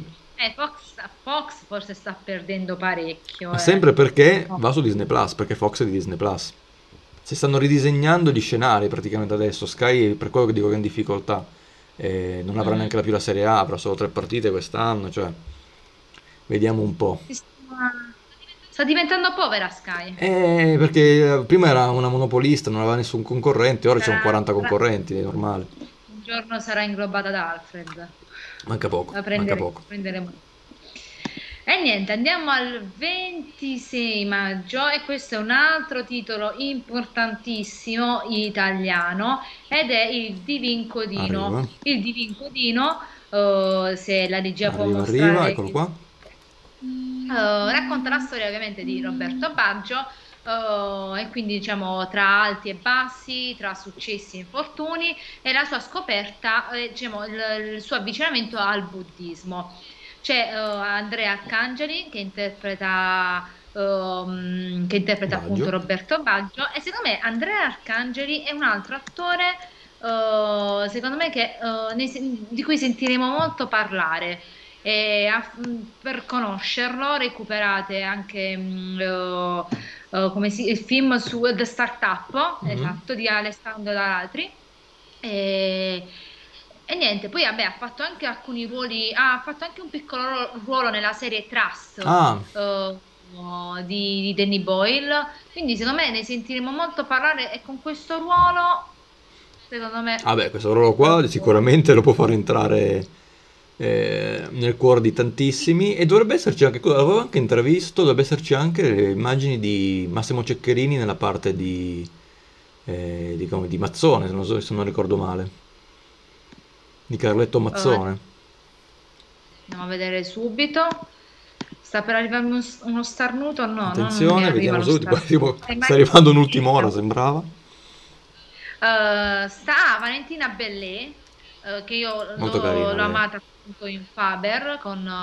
Fox forse sta perdendo parecchio, Ma sempre perché No. va su Disney Plus, perché Fox è di Disney Plus. Si stanno ridisegnando gli scenari praticamente adesso. Sky, per quello che dico che è in difficoltà, non avrà Mm. neanche più la Serie A, avrà solo 3 partite quest'anno, cioè vediamo un po'. Sta diventando povera Sky. Perché prima era una monopolista, non aveva nessun concorrente, ora ci sono Sarà, 40 concorrenti, è normale. un giorno sarà inglobata da Alfred. Manca poco, La manca poco. prenderemo. E niente, andiamo al 26 maggio e questo è un altro titolo importantissimo italiano ed è il Divin Codino. Arriva, Il Divin Codino, se la regia può arriva, mostrare eccolo qua. racconta la storia ovviamente di Roberto Baggio, e quindi diciamo tra alti e bassi, tra successi e infortuni e la sua scoperta, diciamo il suo avvicinamento al buddismo. C'è Andrea Arcangeli che interpreta appunto Baggio. Roberto Baggio e secondo me Andrea Arcangeli è un altro attore secondo me di cui sentiremo molto parlare. Per conoscerlo recuperate anche il film su The Startup, Mhm. esatto, di Alessandro Dalatri. E, e niente, poi vabbè, ha fatto anche alcuni ruoli, ha fatto anche un piccolo ruolo nella serie Trust Ah, di Danny Boyle, quindi secondo me ne sentiremo molto parlare e con questo ruolo, secondo me, vabbè, questo ruolo eh, qua sicuramente lo può far entrare nel cuore di tantissimi e dovrebbe esserci anche, l'avevo anche intravisto, dovrebbe esserci anche le immagini di Massimo Ceccherini nella parte di Mazzone, se non ricordo male, di Carletto Mazzone. andiamo a vedere subito. Sta per arrivarmi uno starnuto? No, no, non mi Attenzione, arriva vediamo lo subito, starnuto. sta arrivando un'ultima ora, sembrava. Sta Valentina Bellé, che io Molto carina l'ho lei. amata appunto in Faber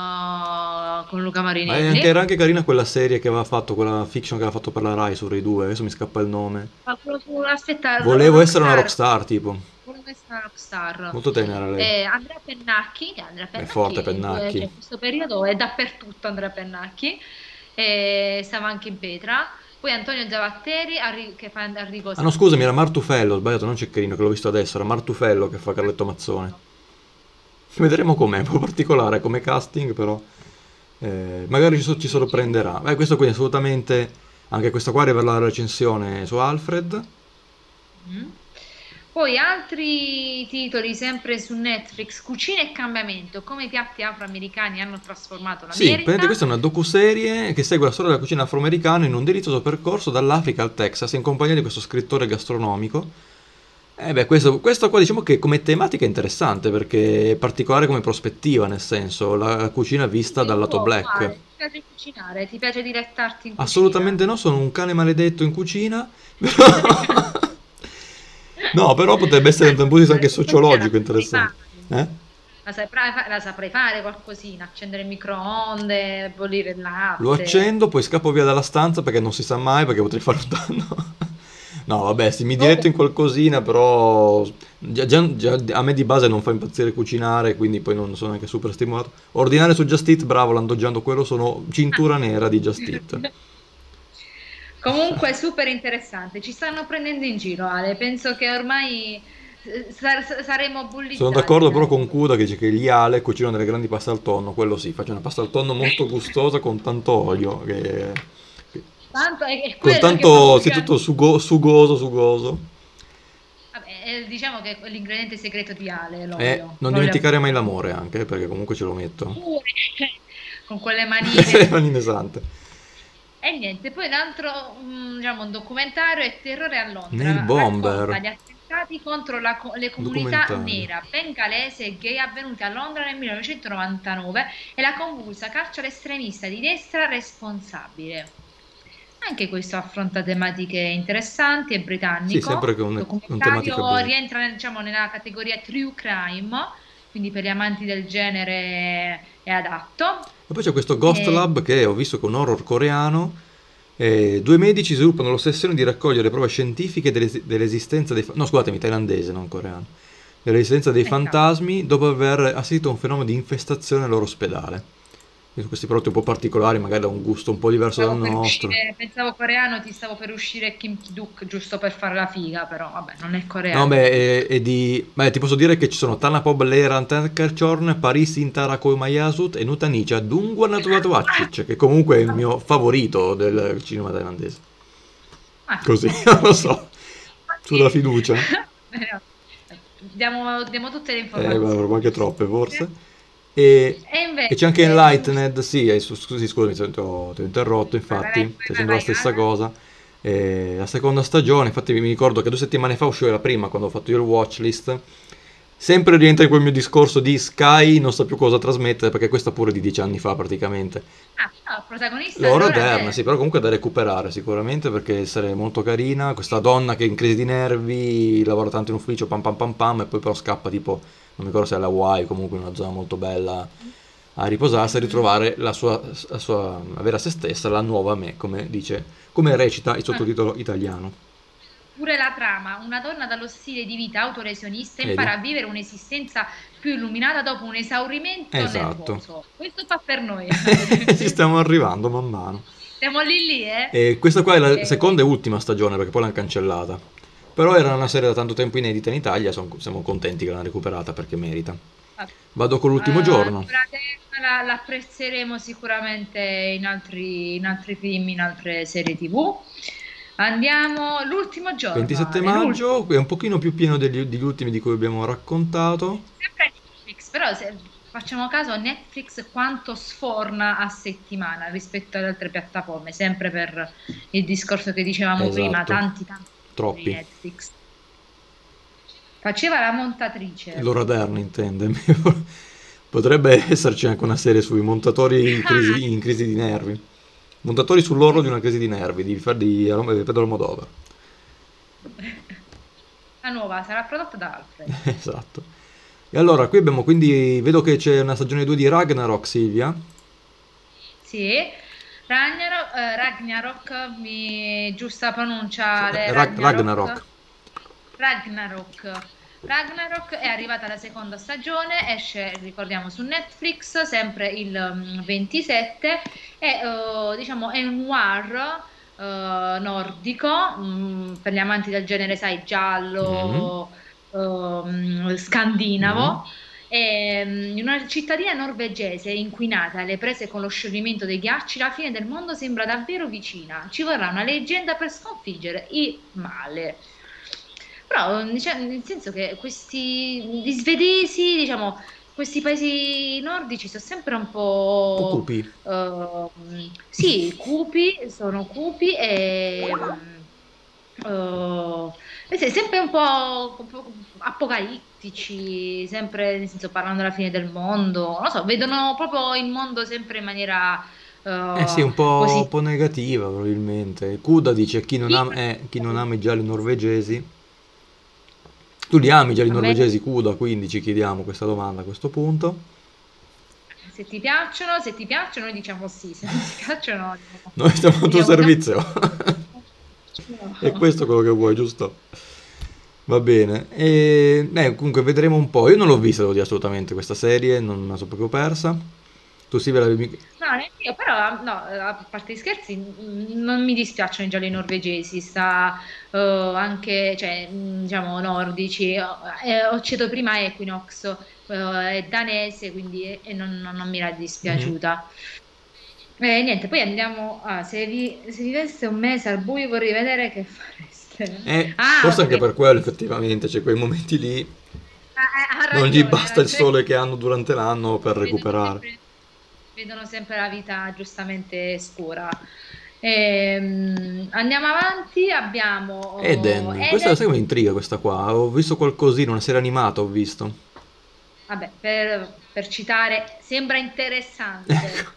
con Luca Ma era Marinelli. anche carina quella serie che aveva fatto, quella fiction che aveva fatto per la Rai su Rai 2, adesso mi scappa il nome. Ma quello aspetta, Volevo essere una Rockstar, rockstar, tipo. quello che sta Rockstar. Molto tenera lei. Andrea Pennacchi, che È forte cioè, Pennacchi. in questo periodo è dappertutto Andrea Pennacchi, stava anche in Petra. Poi Antonio Zavatteri, che fa Enrico Ah no, scusami, era Santini. Martufello, ho sbagliato, non Ceccherino, che l'ho visto adesso, era Martufello che fa Carletto Mazzone. Vedremo com'è, un po' particolare come casting, però magari ci Sì, sì. sorprenderà. Questo quindi assolutamente, anche questa qua arriva la recensione su Alfred. Mm. Poi altri titoli sempre su Netflix, Cucina e cambiamento, come i piatti afroamericani hanno trasformato Sì, praticamente l'America. questa è una docuserie che segue la storia della cucina afroamericana in un delizioso percorso dall'Africa al Texas in compagnia di questo scrittore gastronomico. Questo qua diciamo che come tematica è interessante perché è particolare come prospettiva, nel senso, la cucina vista Dimmi dal un lato po', black. quale? Ti piace cucinare? Ti piace dilettarti in cucina? Assolutamente no, sono un cane maledetto in cucina, però... No, però potrebbe essere da un punto di vista anche Qualcosina la sociologico saprei interessante. fare. Eh? La saprei fare qualcosina, accendere il microonde, bollire il Lo latte. accendo, poi scappo via dalla stanza perché non si sa mai, perché potrei fare un danno. No, vabbè, sì, mi diletto in Oh, qualcosina, però già a me di base non fa impazzire cucinare, quindi poi non sono neanche super stimolato. Ordinare su Just Eat, bravo, landoggiando quello, sono ah. cintura nera di Just Eat. Comunque super interessante, ci stanno prendendo in giro, Ale. Penso che ormai saremo Sono bullizzati d'accordo però da con questo. Cuda che dice che gli Ale cucinano delle grandi paste al tonno, quello sì, faccio una pasta al tonno molto gustosa con tanto olio, Tanto è con quello che fa tanto, sì, cucinare. tutto sugoso, sugoso. Vabbè, diciamo che è l'ingrediente segreto di Ale, E l'olio, non l'olio a dimenticare mai vita. l'amore anche, perché comunque ce lo metto. Pure, con quelle Le manine. manine sante. E niente, poi un altro, diciamo, un documentario è Terrore a Nail Londra, Bomber, racconta gli attentati contro le un comunità documentario. nera, bengalese e gay avvenuti a Londra nel 1999 e la convulsa caccia all'estremista di destra responsabile. Anche questo affronta tematiche interessanti, è Sì, sempre britannico, con tematica documentario black. rientra, diciamo, nella categoria true crime, quindi per gli amanti del genere è adatto. E poi c'è questo Ghost E- Lab che ho visto con horror coreano. Due medici sviluppano l'ossessione di raccogliere prove scientifiche dell'esistenza dei... No, scusatemi, thailandese, non coreano. Dell'esistenza dei cavolo. fantasmi dopo aver assistito a un fenomeno di infestazione nel loro ospedale. Quindi questi prodotti un po' particolari, magari da un gusto un po' diverso dal nostro. Pensavo coreano, ti stavo per uscire Kim Ki-duk giusto per fare la figa, però vabbè, non è No, coreano. beh, beh, ti posso dire che ci sono Tanapob Leeran Tankerchorn, Paris Intarako Mayasut e Nutanicha Dungwan Tuatuacic, che comunque è il mio favorito del cinema thailandese. Così, non lo so, sulla Infatti, fiducia. diamo tutte le Guarda, informazioni, anche giusto? troppe forse. E, E e c'è anche invece, Enlightened, sì, scusi, scusami, ti ho interrotto, infatti, sta dicendo la vai, stessa Ale. cosa. La seconda stagione, infatti mi ricordo che 2 settimane fa usciva la prima, quando ho fatto io il watchlist. Sempre rientra in quel mio discorso di Sky, non sa più cosa trasmettere, perché questa pure di 10 anni fa praticamente. Ah, no, protagonista Laura Laura Dern, sì, Dern. però comunque da recuperare sicuramente perché essere molto carina, questa donna che è in crisi di nervi, lavora tanto in ufficio, pam pam pam pam, e poi però scappa tipo, non mi ricordo se è alla Hawaii, comunque in una zona molto bella a riposarsi, a Mhm. ritrovare la vera se stessa, la nuova me, come dice, come recita il Ah, sottotitolo italiano. pure la trama, una donna dallo stile di vita autolesionista Vedi? impara a vivere un'esistenza più illuminata dopo un esaurimento Esatto. nervoso. Questo fa per noi. Ci stiamo arrivando man mano. Siamo lì lì, eh? E questa qua è la Eh, seconda e ultima stagione perché poi l'hanno cancellata. Però era una serie da tanto tempo inedita in Italia, siamo contenti che l'hanno recuperata perché merita. vabbè. Vado con l'ultimo giorno. L'apprezzeremo sicuramente in altri film, in altre serie TV. Andiamo l'ultimo giorno, 27 Ale, maggio, l'ultimo. è un pochino più pieno degli ultimi di cui abbiamo raccontato. Sempre Netflix, però se facciamo caso a Netflix quanto sforna a settimana rispetto ad altre piattaforme, sempre per il discorso che dicevamo prima, Esatto, tanti titoli troppi. Netflix. Faceva la montatrice. Laura Dern intende. Potrebbe esserci anche una serie sui montatori in crisi di nervi. Montatori sull'orlo Sì, di una sì. crisi di nervi di Pedro Almodovar. La nuova sarà prodotta da Alfred. Esatto. E allora, qui abbiamo quindi, vedo che c'è una stagione 2 di Ragnarok, Silvia. Sì, Ragnarok, giusta pronuncia, le Ragnarok. Ragnarok. Ragnarok. Ragnarok è arrivata la seconda stagione, esce, ricordiamo, su Netflix, sempre il 27, e diciamo è un noir nordico, per gli amanti del genere, sai, Mhm, giallo, mhm. scandinavo. In una cittadina norvegese inquinata alle prese con lo scioglimento dei ghiacci, la fine del mondo sembra davvero vicina. Ci vorrà una leggenda per sconfiggere il male. Però, diciamo, nel senso che gli svedesi, diciamo, questi paesi nordici sono sempre un Un po' po', cupi. sì, cupi, sono cupi sempre un po' apocalittici, sempre nel senso parlando della fine del mondo, non lo so, vedono proprio il mondo sempre in maniera Eh sì, un positiva. po' negativa probabilmente. Kuda dice chi non ama i gialli norvegesi. Tu li ami i gialli A me, norvegesi, Kuda, quindi ci chiediamo questa domanda a questo punto. se ti piacciono, noi diciamo sì, se non ti piacciono, Noi stiamo a tuo diciamo no. servizio. E questo è quello che vuoi, giusto? Va bene. E, comunque vedremo un po'. Io non l'ho vista, devo dire assolutamente questa serie, non me la so proprio persa. Tu sì, ve l'avevi... No, neanche io, però, no, a parte gli scherzi, non mi dispiacciono i gialli norvegesi, sta anche, cioè, diciamo, nordici. Ho citato prima Equinox, è danese, quindi non mi era Mhm. dispiaciuta. Niente, poi andiamo se vivesse un mese al buio vorrei vedere che fareste. Ah, Forse anche ok. per quello effettivamente, c'è quei momenti lì, Ha non gli ragione, ha basta il ragione. sole che hanno durante l'anno per Vedono recuperare. sempre, vedono sempre la vita giustamente scura. Andiamo avanti, abbiamo Eden, questa Eden. sai come intriga questa qua? Ho visto qualcosina, una serie animata ho visto. Vabbè, per citare, sembra interessante.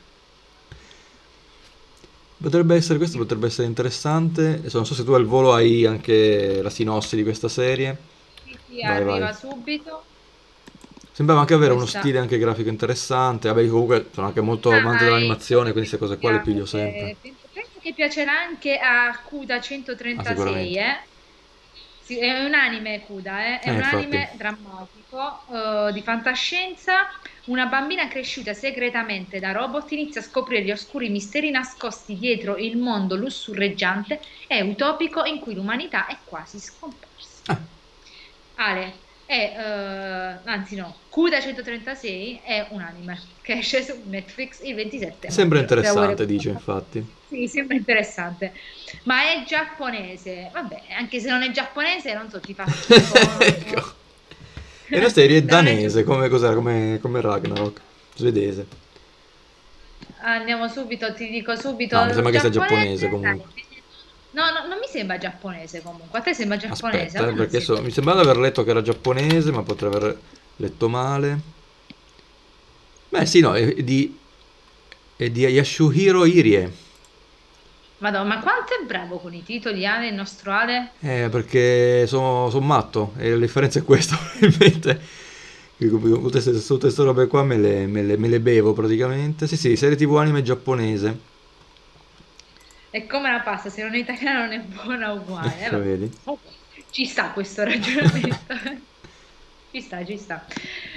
Questo potrebbe essere interessante. Adesso non so se tu al volo hai anche la sinossi di questa serie. Sì, sì, Vai, vai. arriva subito. Sembrava anche avere uno Questa. stile anche grafico interessante. Vabbè, io comunque sono anche molto amante Dai, dell'animazione, quindi queste cose qua le piglio sempre. penso che piacerà anche a Cuda Ah, 136, sicuramente. eh? Sì, è un anime Cuda, è un Infatti. anime drammatico, di fantascienza. Una bambina cresciuta segretamente da robot inizia a scoprire gli oscuri misteri nascosti dietro il mondo lussurreggiante e utopico in cui l'umanità è quasi scomparsa. Ale, anzi no, Cuda 136 è un anime che esce su Netflix il 27 Sembra maggio. Se la vuoi interessante, dice recuperare. infatti. Sì, sembra interessante. Ma è giapponese. Vabbè, anche se non è giapponese, non so, ti fa schifo. Ecco. E la serie è Se non è danese, giapponese. come cos'era? Come Ragnarok. Svedese. Andiamo subito, ti dico No, mi subito sembra che sia giapponese giapponese. comunque. Dai. No, no, non mi sembra giapponese comunque. A te sembra giapponese? A Aspetta, me non perché sembra. mi sembrava di aver letto che era giapponese, ma potrei aver letto male. Beh, sì, no, è di Yasuhiro Irie. Madonna, ma quanto è bravo con i titoli, Ale, il nostro Ale? Perché sono matto e la differenza è questa, probabilmente. Che tutte queste robe qua me le bevo praticamente. Sì, sì, serie TV anime giapponese. E come la pasta, se non è italiana non è buona uguale. Ecco, Vabbè. vedi. Ok, ci sta questo ragionamento. Ci sta, ci sta.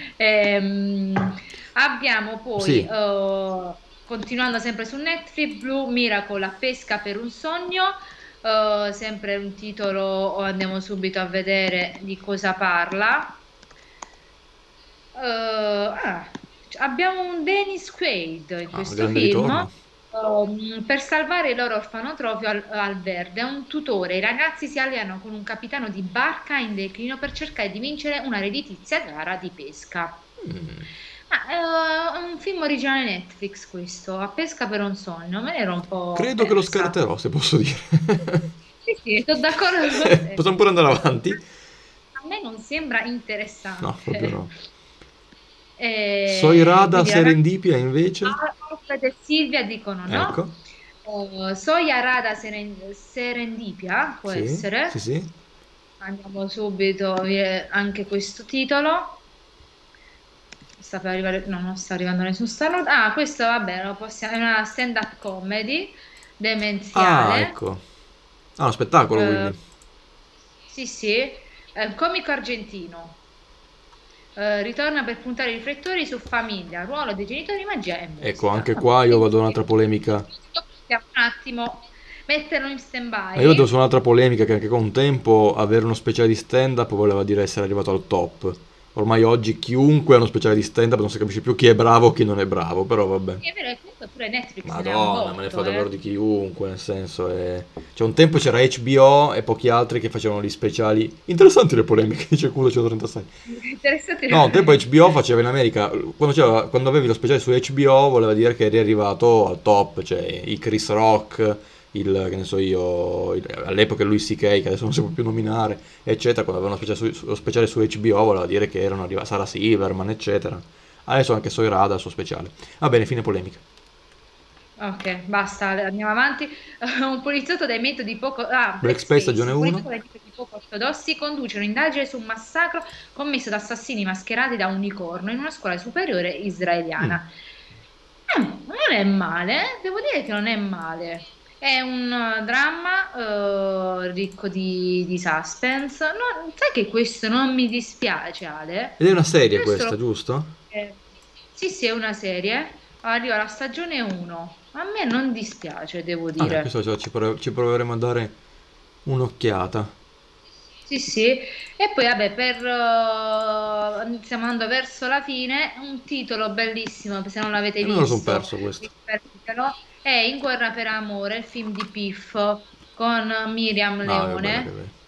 Abbiamo poi, Sì, continuando sempre su Netflix, Blue Miracle, La pesca per un sogno, sempre un titolo, andiamo subito a vedere di cosa parla. Abbiamo un Dennis Quaid in questo grande film. ritorno. Per salvare il loro orfanotrofio al verde, un tutore, i ragazzi si alleano con un capitano di barca in declino per cercare di vincere una redditizia gara di pesca. È un film originale Netflix questo, A pesca per un sogno, me ne ero un po' Credo che lo persa. scarterò, se posso dire. Sì, sì, sono d'accordo con te. Possiamo pure andare avanti? A me non sembra No, proprio interessante. no. Soy Rada Quindi ragazzi, Serendipia invece? Alfred e Silvia dicono no. Ecco. Soia Rada Serendipia può Sì, sì, essere. sì. Andiamo subito, anche questo titolo. sta per arrivare, no, non sta arrivando nessun Star-Lord. Ah, questo vabbè, lo possiamo, è una stand-up comedy Ah, demenziale. ecco. Ah, uno spettacolo Eh, quindi. sì, sì, comico argentino. Ritorna per puntare i riflettori su famiglia, ruolo dei genitori, magia e Ecco, musica. anche Vabbè, qua io quindi vado a un'altra polemica. possiamo un attimo metterlo in Ma io vedo stand-by. su un'altra polemica che anche con un tempo avere uno speciale di stand-up voleva dire essere arrivato al top. Ormai oggi chiunque ha uno speciale di stand-up, non si capisce più chi è bravo e chi non è bravo, però vabbè. Sì, è vero, e comunque pure Netflix ne ha un Madonna, me ne fa botto, davvero di chiunque, nel senso è... Cioè un tempo c'era HBO e pochi altri che facevano gli speciali... Interessanti le polemiche, dice Cudo 136. Interessante. No, un tempo HBO faceva in America, quando avevi lo speciale su HBO voleva dire che eri arrivato al top, cioè i Chris Rock, che ne so io, all'epoca Louis C.K., che adesso non si può più nominare, eccetera, quando avevano lo speciale su HBO voleva dire che erano arrivati Sarah Silverman, eccetera. Adesso anche Soirada ha il suo speciale. Va bene, fine polemica. Ok, basta, andiamo avanti. Un poliziotto dai metodi poco... Ah, Black Black Space Space. stagione Un 1? poliziotto dai metodi poco ortodossi conduce un'indagine su un massacro commesso da assassini mascherati da unicorno in una scuola superiore israeliana. Non è male, devo dire che non è male. È un dramma ricco di suspense. Sai che questo non mi dispiace, Ale? Ed è una serie Questo questa, giusto? sì, sì, è una serie. Arriva la stagione 1. A me non dispiace, devo Vabbè, dire. questo ci proveremo a dare un'occhiata. Sì, sì. E poi, vabbè, stiamo andando verso la fine. Un titolo bellissimo, se non l'avete E me lo sono visto, perso questo. recuperatelo. È In guerra per amore, il film di Piff con Miriam No, che bella che Leone. è.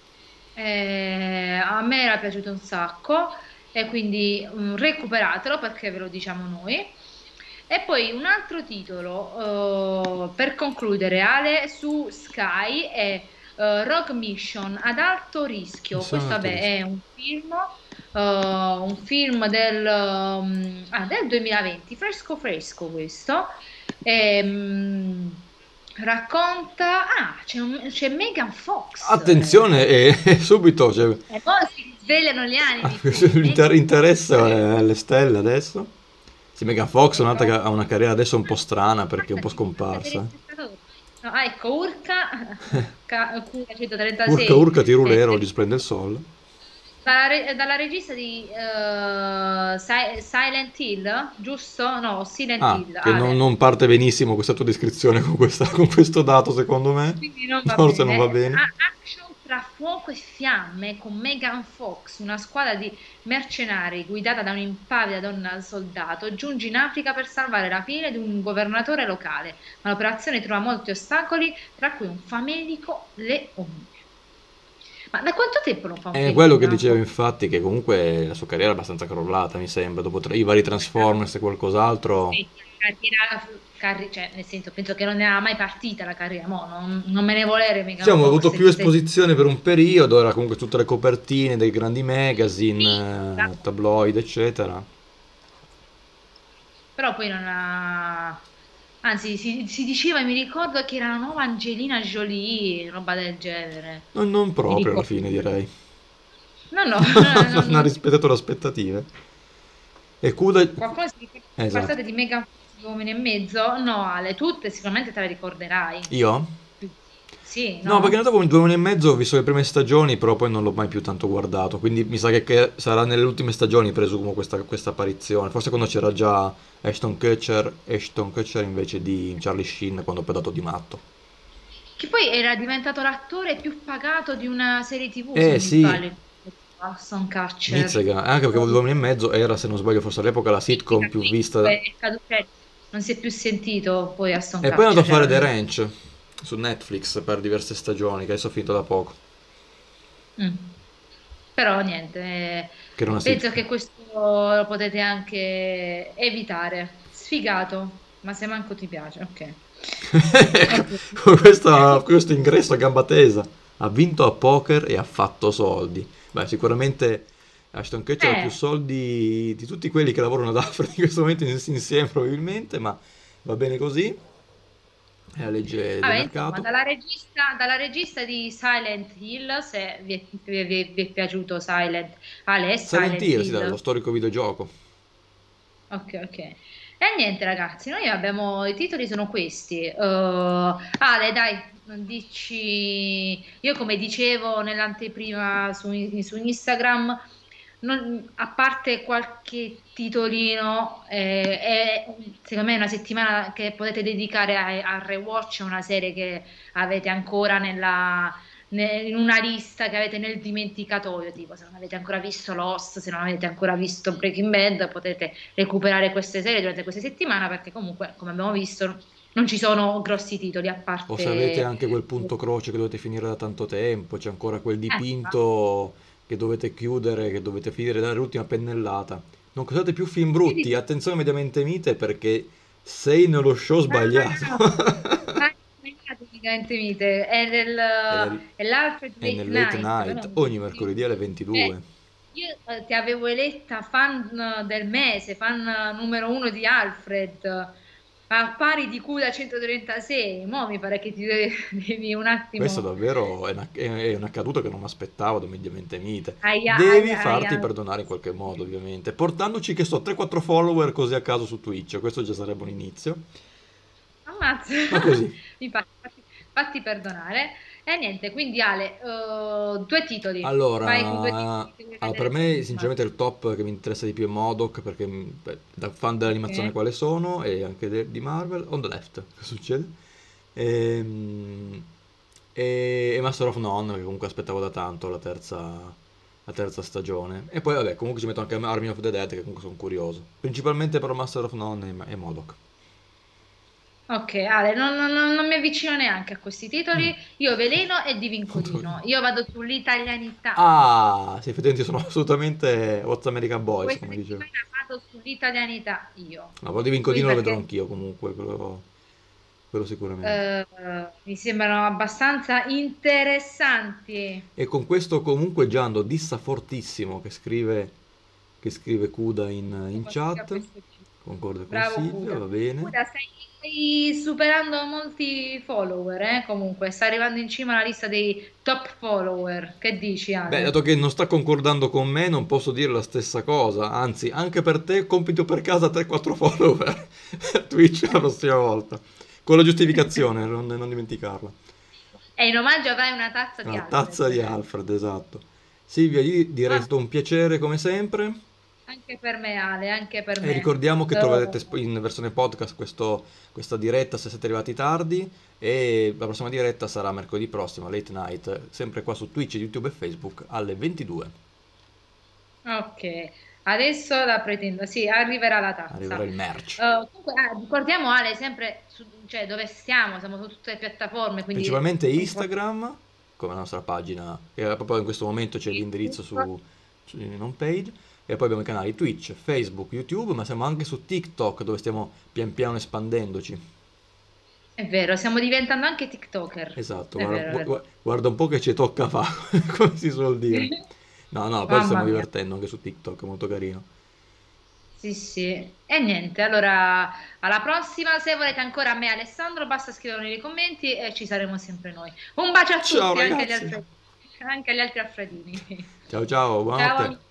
A me era piaciuto un sacco e quindi recuperatelo perché ve lo diciamo noi. E poi un altro titolo per concludere, Ale, su Sky è Rogue Mission ad alto rischio. Missione Questo, ad alto vabbè, rischio. è un film del 2020, fresco fresco questo. Racconta... Ah, c'è Megan Fox. Attenzione, e subito cioè, E poi si svegliano gli animi qui. l'interesse alle stelle adesso. Sì, Megan Fox è un'altra che Ecco. ha una carriera adesso un po' strana perché è un po' Aspetta, per il scomparsa. spettatore. No, ah, ecco, Urca, Cura Urca 136, urca tirulero, oggi splende il sole. dalla regista di Silent Hill, giusto? No, Silent Ah, Hill, che Ale. non parte benissimo questa tua descrizione con, con questo dato secondo me. Quindi non va Forse non va bene. bene. Action tra fuoco e fiamme con Megan Fox, una squadra di mercenari guidata da un'impavida donna soldato, giunge in Africa per salvare la figlia di un governatore locale, ma l'operazione trova molti ostacoli, tra cui un famelico leone. Ma da quanto tempo non fa un È film quello che Megan dicevo Fox? infatti, che comunque la sua carriera è abbastanza crollata, mi sembra, dopo i vari Transformers e qualcos'altro. Sì, cioè, nel senso, penso che non ne era mai partita la carriera, mo, non me ne volere Megan Diciamo, ha avuto Fox, più che sei... esposizione per un periodo, era comunque tutte le copertine dei grandi Sì, magazine, tabloid, eccetera. però poi non ha... Anzi, si diceva, mi ricordo che era la nuova Angelina Jolie, roba del genere. Non Mi proprio alla ricordo. fine, direi. No, no, Non ha rispettato le aspettative. E Kuda... qualcuno si ricorda Esatto. passate di Megan Fox, Uomini e Mezzo? No, Ale, tutte sicuramente te le ricorderai. Io? Sì, No, perché in no? realtà come 2 anni e mezzo ho visto le prime stagioni, però poi non l'ho mai più tanto guardato. Quindi mi sa che sarà nelle ultime stagioni, presumo, questa apparizione. Forse quando c'era già Ashton Kutcher invece di Charlie Sheen, quando poi ha dato di matto. Che poi era diventato l'attore più pagato di una serie TV, se Eh non mi sì, sbaglio. Aston Kutcher. Mizzica, anche perché 2 anni e mezzo era, se non sbaglio, forse all'epoca la Sì, sì, sitcom più poi vista. cioè, non si è più sentito poi Aston E poi è andato a Kutcher, fare cioè, The Ranch su Netflix per diverse stagioni, che adesso ho finito da poco. mm. Però niente, Che era una penso sitcom. che questo lo potete anche evitare. Sfigato, ma se manco ti piace, ok. Ok. Con questo ingresso a gamba tesa. Ha vinto a poker e ha fatto soldi. Beh, sicuramente Ashton Kutcher ha più Eh, soldi di tutti quelli che lavorano ad Alfred in questo momento insieme probabilmente, ma va bene così. È la legge del vabbè, insomma, mercato. dalla regista di Silent Hill, se vi è piaciuto Silent, Ale, è Silent Silent Hill, sì, dai, lo Hill. storico videogioco. Ok, ok. E niente, ragazzi, noi abbiamo i titoli sono questi. Ale, dai, dici. Io, come dicevo nell'anteprima su Instagram, a parte qualche titolino, secondo me è una settimana che potete dedicare al rewatch, a una serie che avete ancora in una lista che avete nel dimenticatoio, tipo se non avete ancora visto Lost, se non avete ancora visto Breaking Bad, potete recuperare queste serie durante questa settimana, perché comunque, come abbiamo visto, non ci sono grossi titoli a O se avete parte. anche quel punto croce che dovete finire da tanto tempo, c'è ancora quel Infatti. dipinto che dovete chiudere, che dovete finire, dare l'ultima pennellata. Non causate più film Sì, sì, brutti, sì. attenzione mediamente mite perché sei nello show No, sbagliato. no, no. Hai sbagliato, Gigante Mite. È nel, È l'Alfred è Late nel late Night, però night, non ogni mi mercoledì alle eh, 22. io ti avevo eletta fan del mese, fan numero uno di Alfred, a pari di Cuda 136. Mo' mi pare che ti devi un Questo attimo. davvero è una caduta che non mi aspettavo da mediamente mite. Aia, Devi aia, aia. farti perdonare in qualche modo, ovviamente, portandoci che so 3-4 follower così a caso su Twitch, questo già sarebbe un inizio. Ammazza. Ma così. Infatti, fatti perdonare. E niente, quindi Ale, due titoli. Vai con due Allora, titoli che devi per vedere me prima. sinceramente il top che mi interessa di più è MODOK perché beh, da fan dell'animazione Ok. quale sono e anche di Marvel, On the Left, che succede? Ehm, e Master of None che comunque aspettavo da tanto la terza stagione. E poi vabbè, comunque ci metto anche Army of the Dead che comunque sono curioso. Principalmente per Master of None e MODOK. Ok, Ale, non mi avvicino neanche a questi Mm. titoli. Io Veleno e Di Vincolino. Io vado sull'italianità. Ah, sì, effettivamente sono assolutamente What's American Boys, Questa come dicevo. settimana vado sull'italianità io. No, quello di Lui Vincodino lo vedrò perché anch'io comunque, quello sicuramente. mi sembrano abbastanza interessanti. E con questo comunque Giando dissa fortissimo che scrive Kuda in A chat, questo giro. concordo con Bravo Silvia, Cuda. va bene. Cuda, stai superando molti follower, comunque, stai arrivando in cima alla lista dei top follower. Che dici, Beh, Ale? dato che non sta concordando con me, non posso dire la stessa cosa, anzi, anche per te compito per casa 3-4 follower Twitch la prossima volta, con la giustificazione, non dimenticarla. E in omaggio avrai una tazza di La tazza di Alfred. Alfred, esatto. Silvia, io direi Va è stato un piacere come sempre. anche per me, Ale, anche per E me. ricordiamo che troverete in versione podcast questa diretta se siete arrivati tardi e la prossima diretta sarà mercoledì prossimo, late night, sempre qua su Twitch, YouTube e Facebook alle 22. Ok, adesso la pretendo. Sì, arriverà la Arriverà tazza. il merch. Comunque, ricordiamo Ale sempre cioè, dove stiamo, siamo su tutte le piattaforme, quindi Principalmente controllo Instagram, come la nostra pagina, che proprio in questo momento c'è l'indirizzo in home page, e poi abbiamo i canali Twitch, Facebook, YouTube, ma siamo anche su TikTok dove stiamo pian piano espandendoci. È vero, stiamo diventando anche TikToker. Esatto, È vero, è vero. guarda un po' che ci tocca fare, come si suol dire. No, no, poi ci stiamo Mamma mia. divertendo anche su TikTok, è molto carino. Sì, sì. E niente, allora alla prossima. Se volete ancora me, Alessandro, basta scriverlo nei commenti e ci saremo sempre noi. Un bacio a Ciao tutti, ragazzi! anche agli altri Alfredini. Ciao ciao, Ciao buonanotte! amici.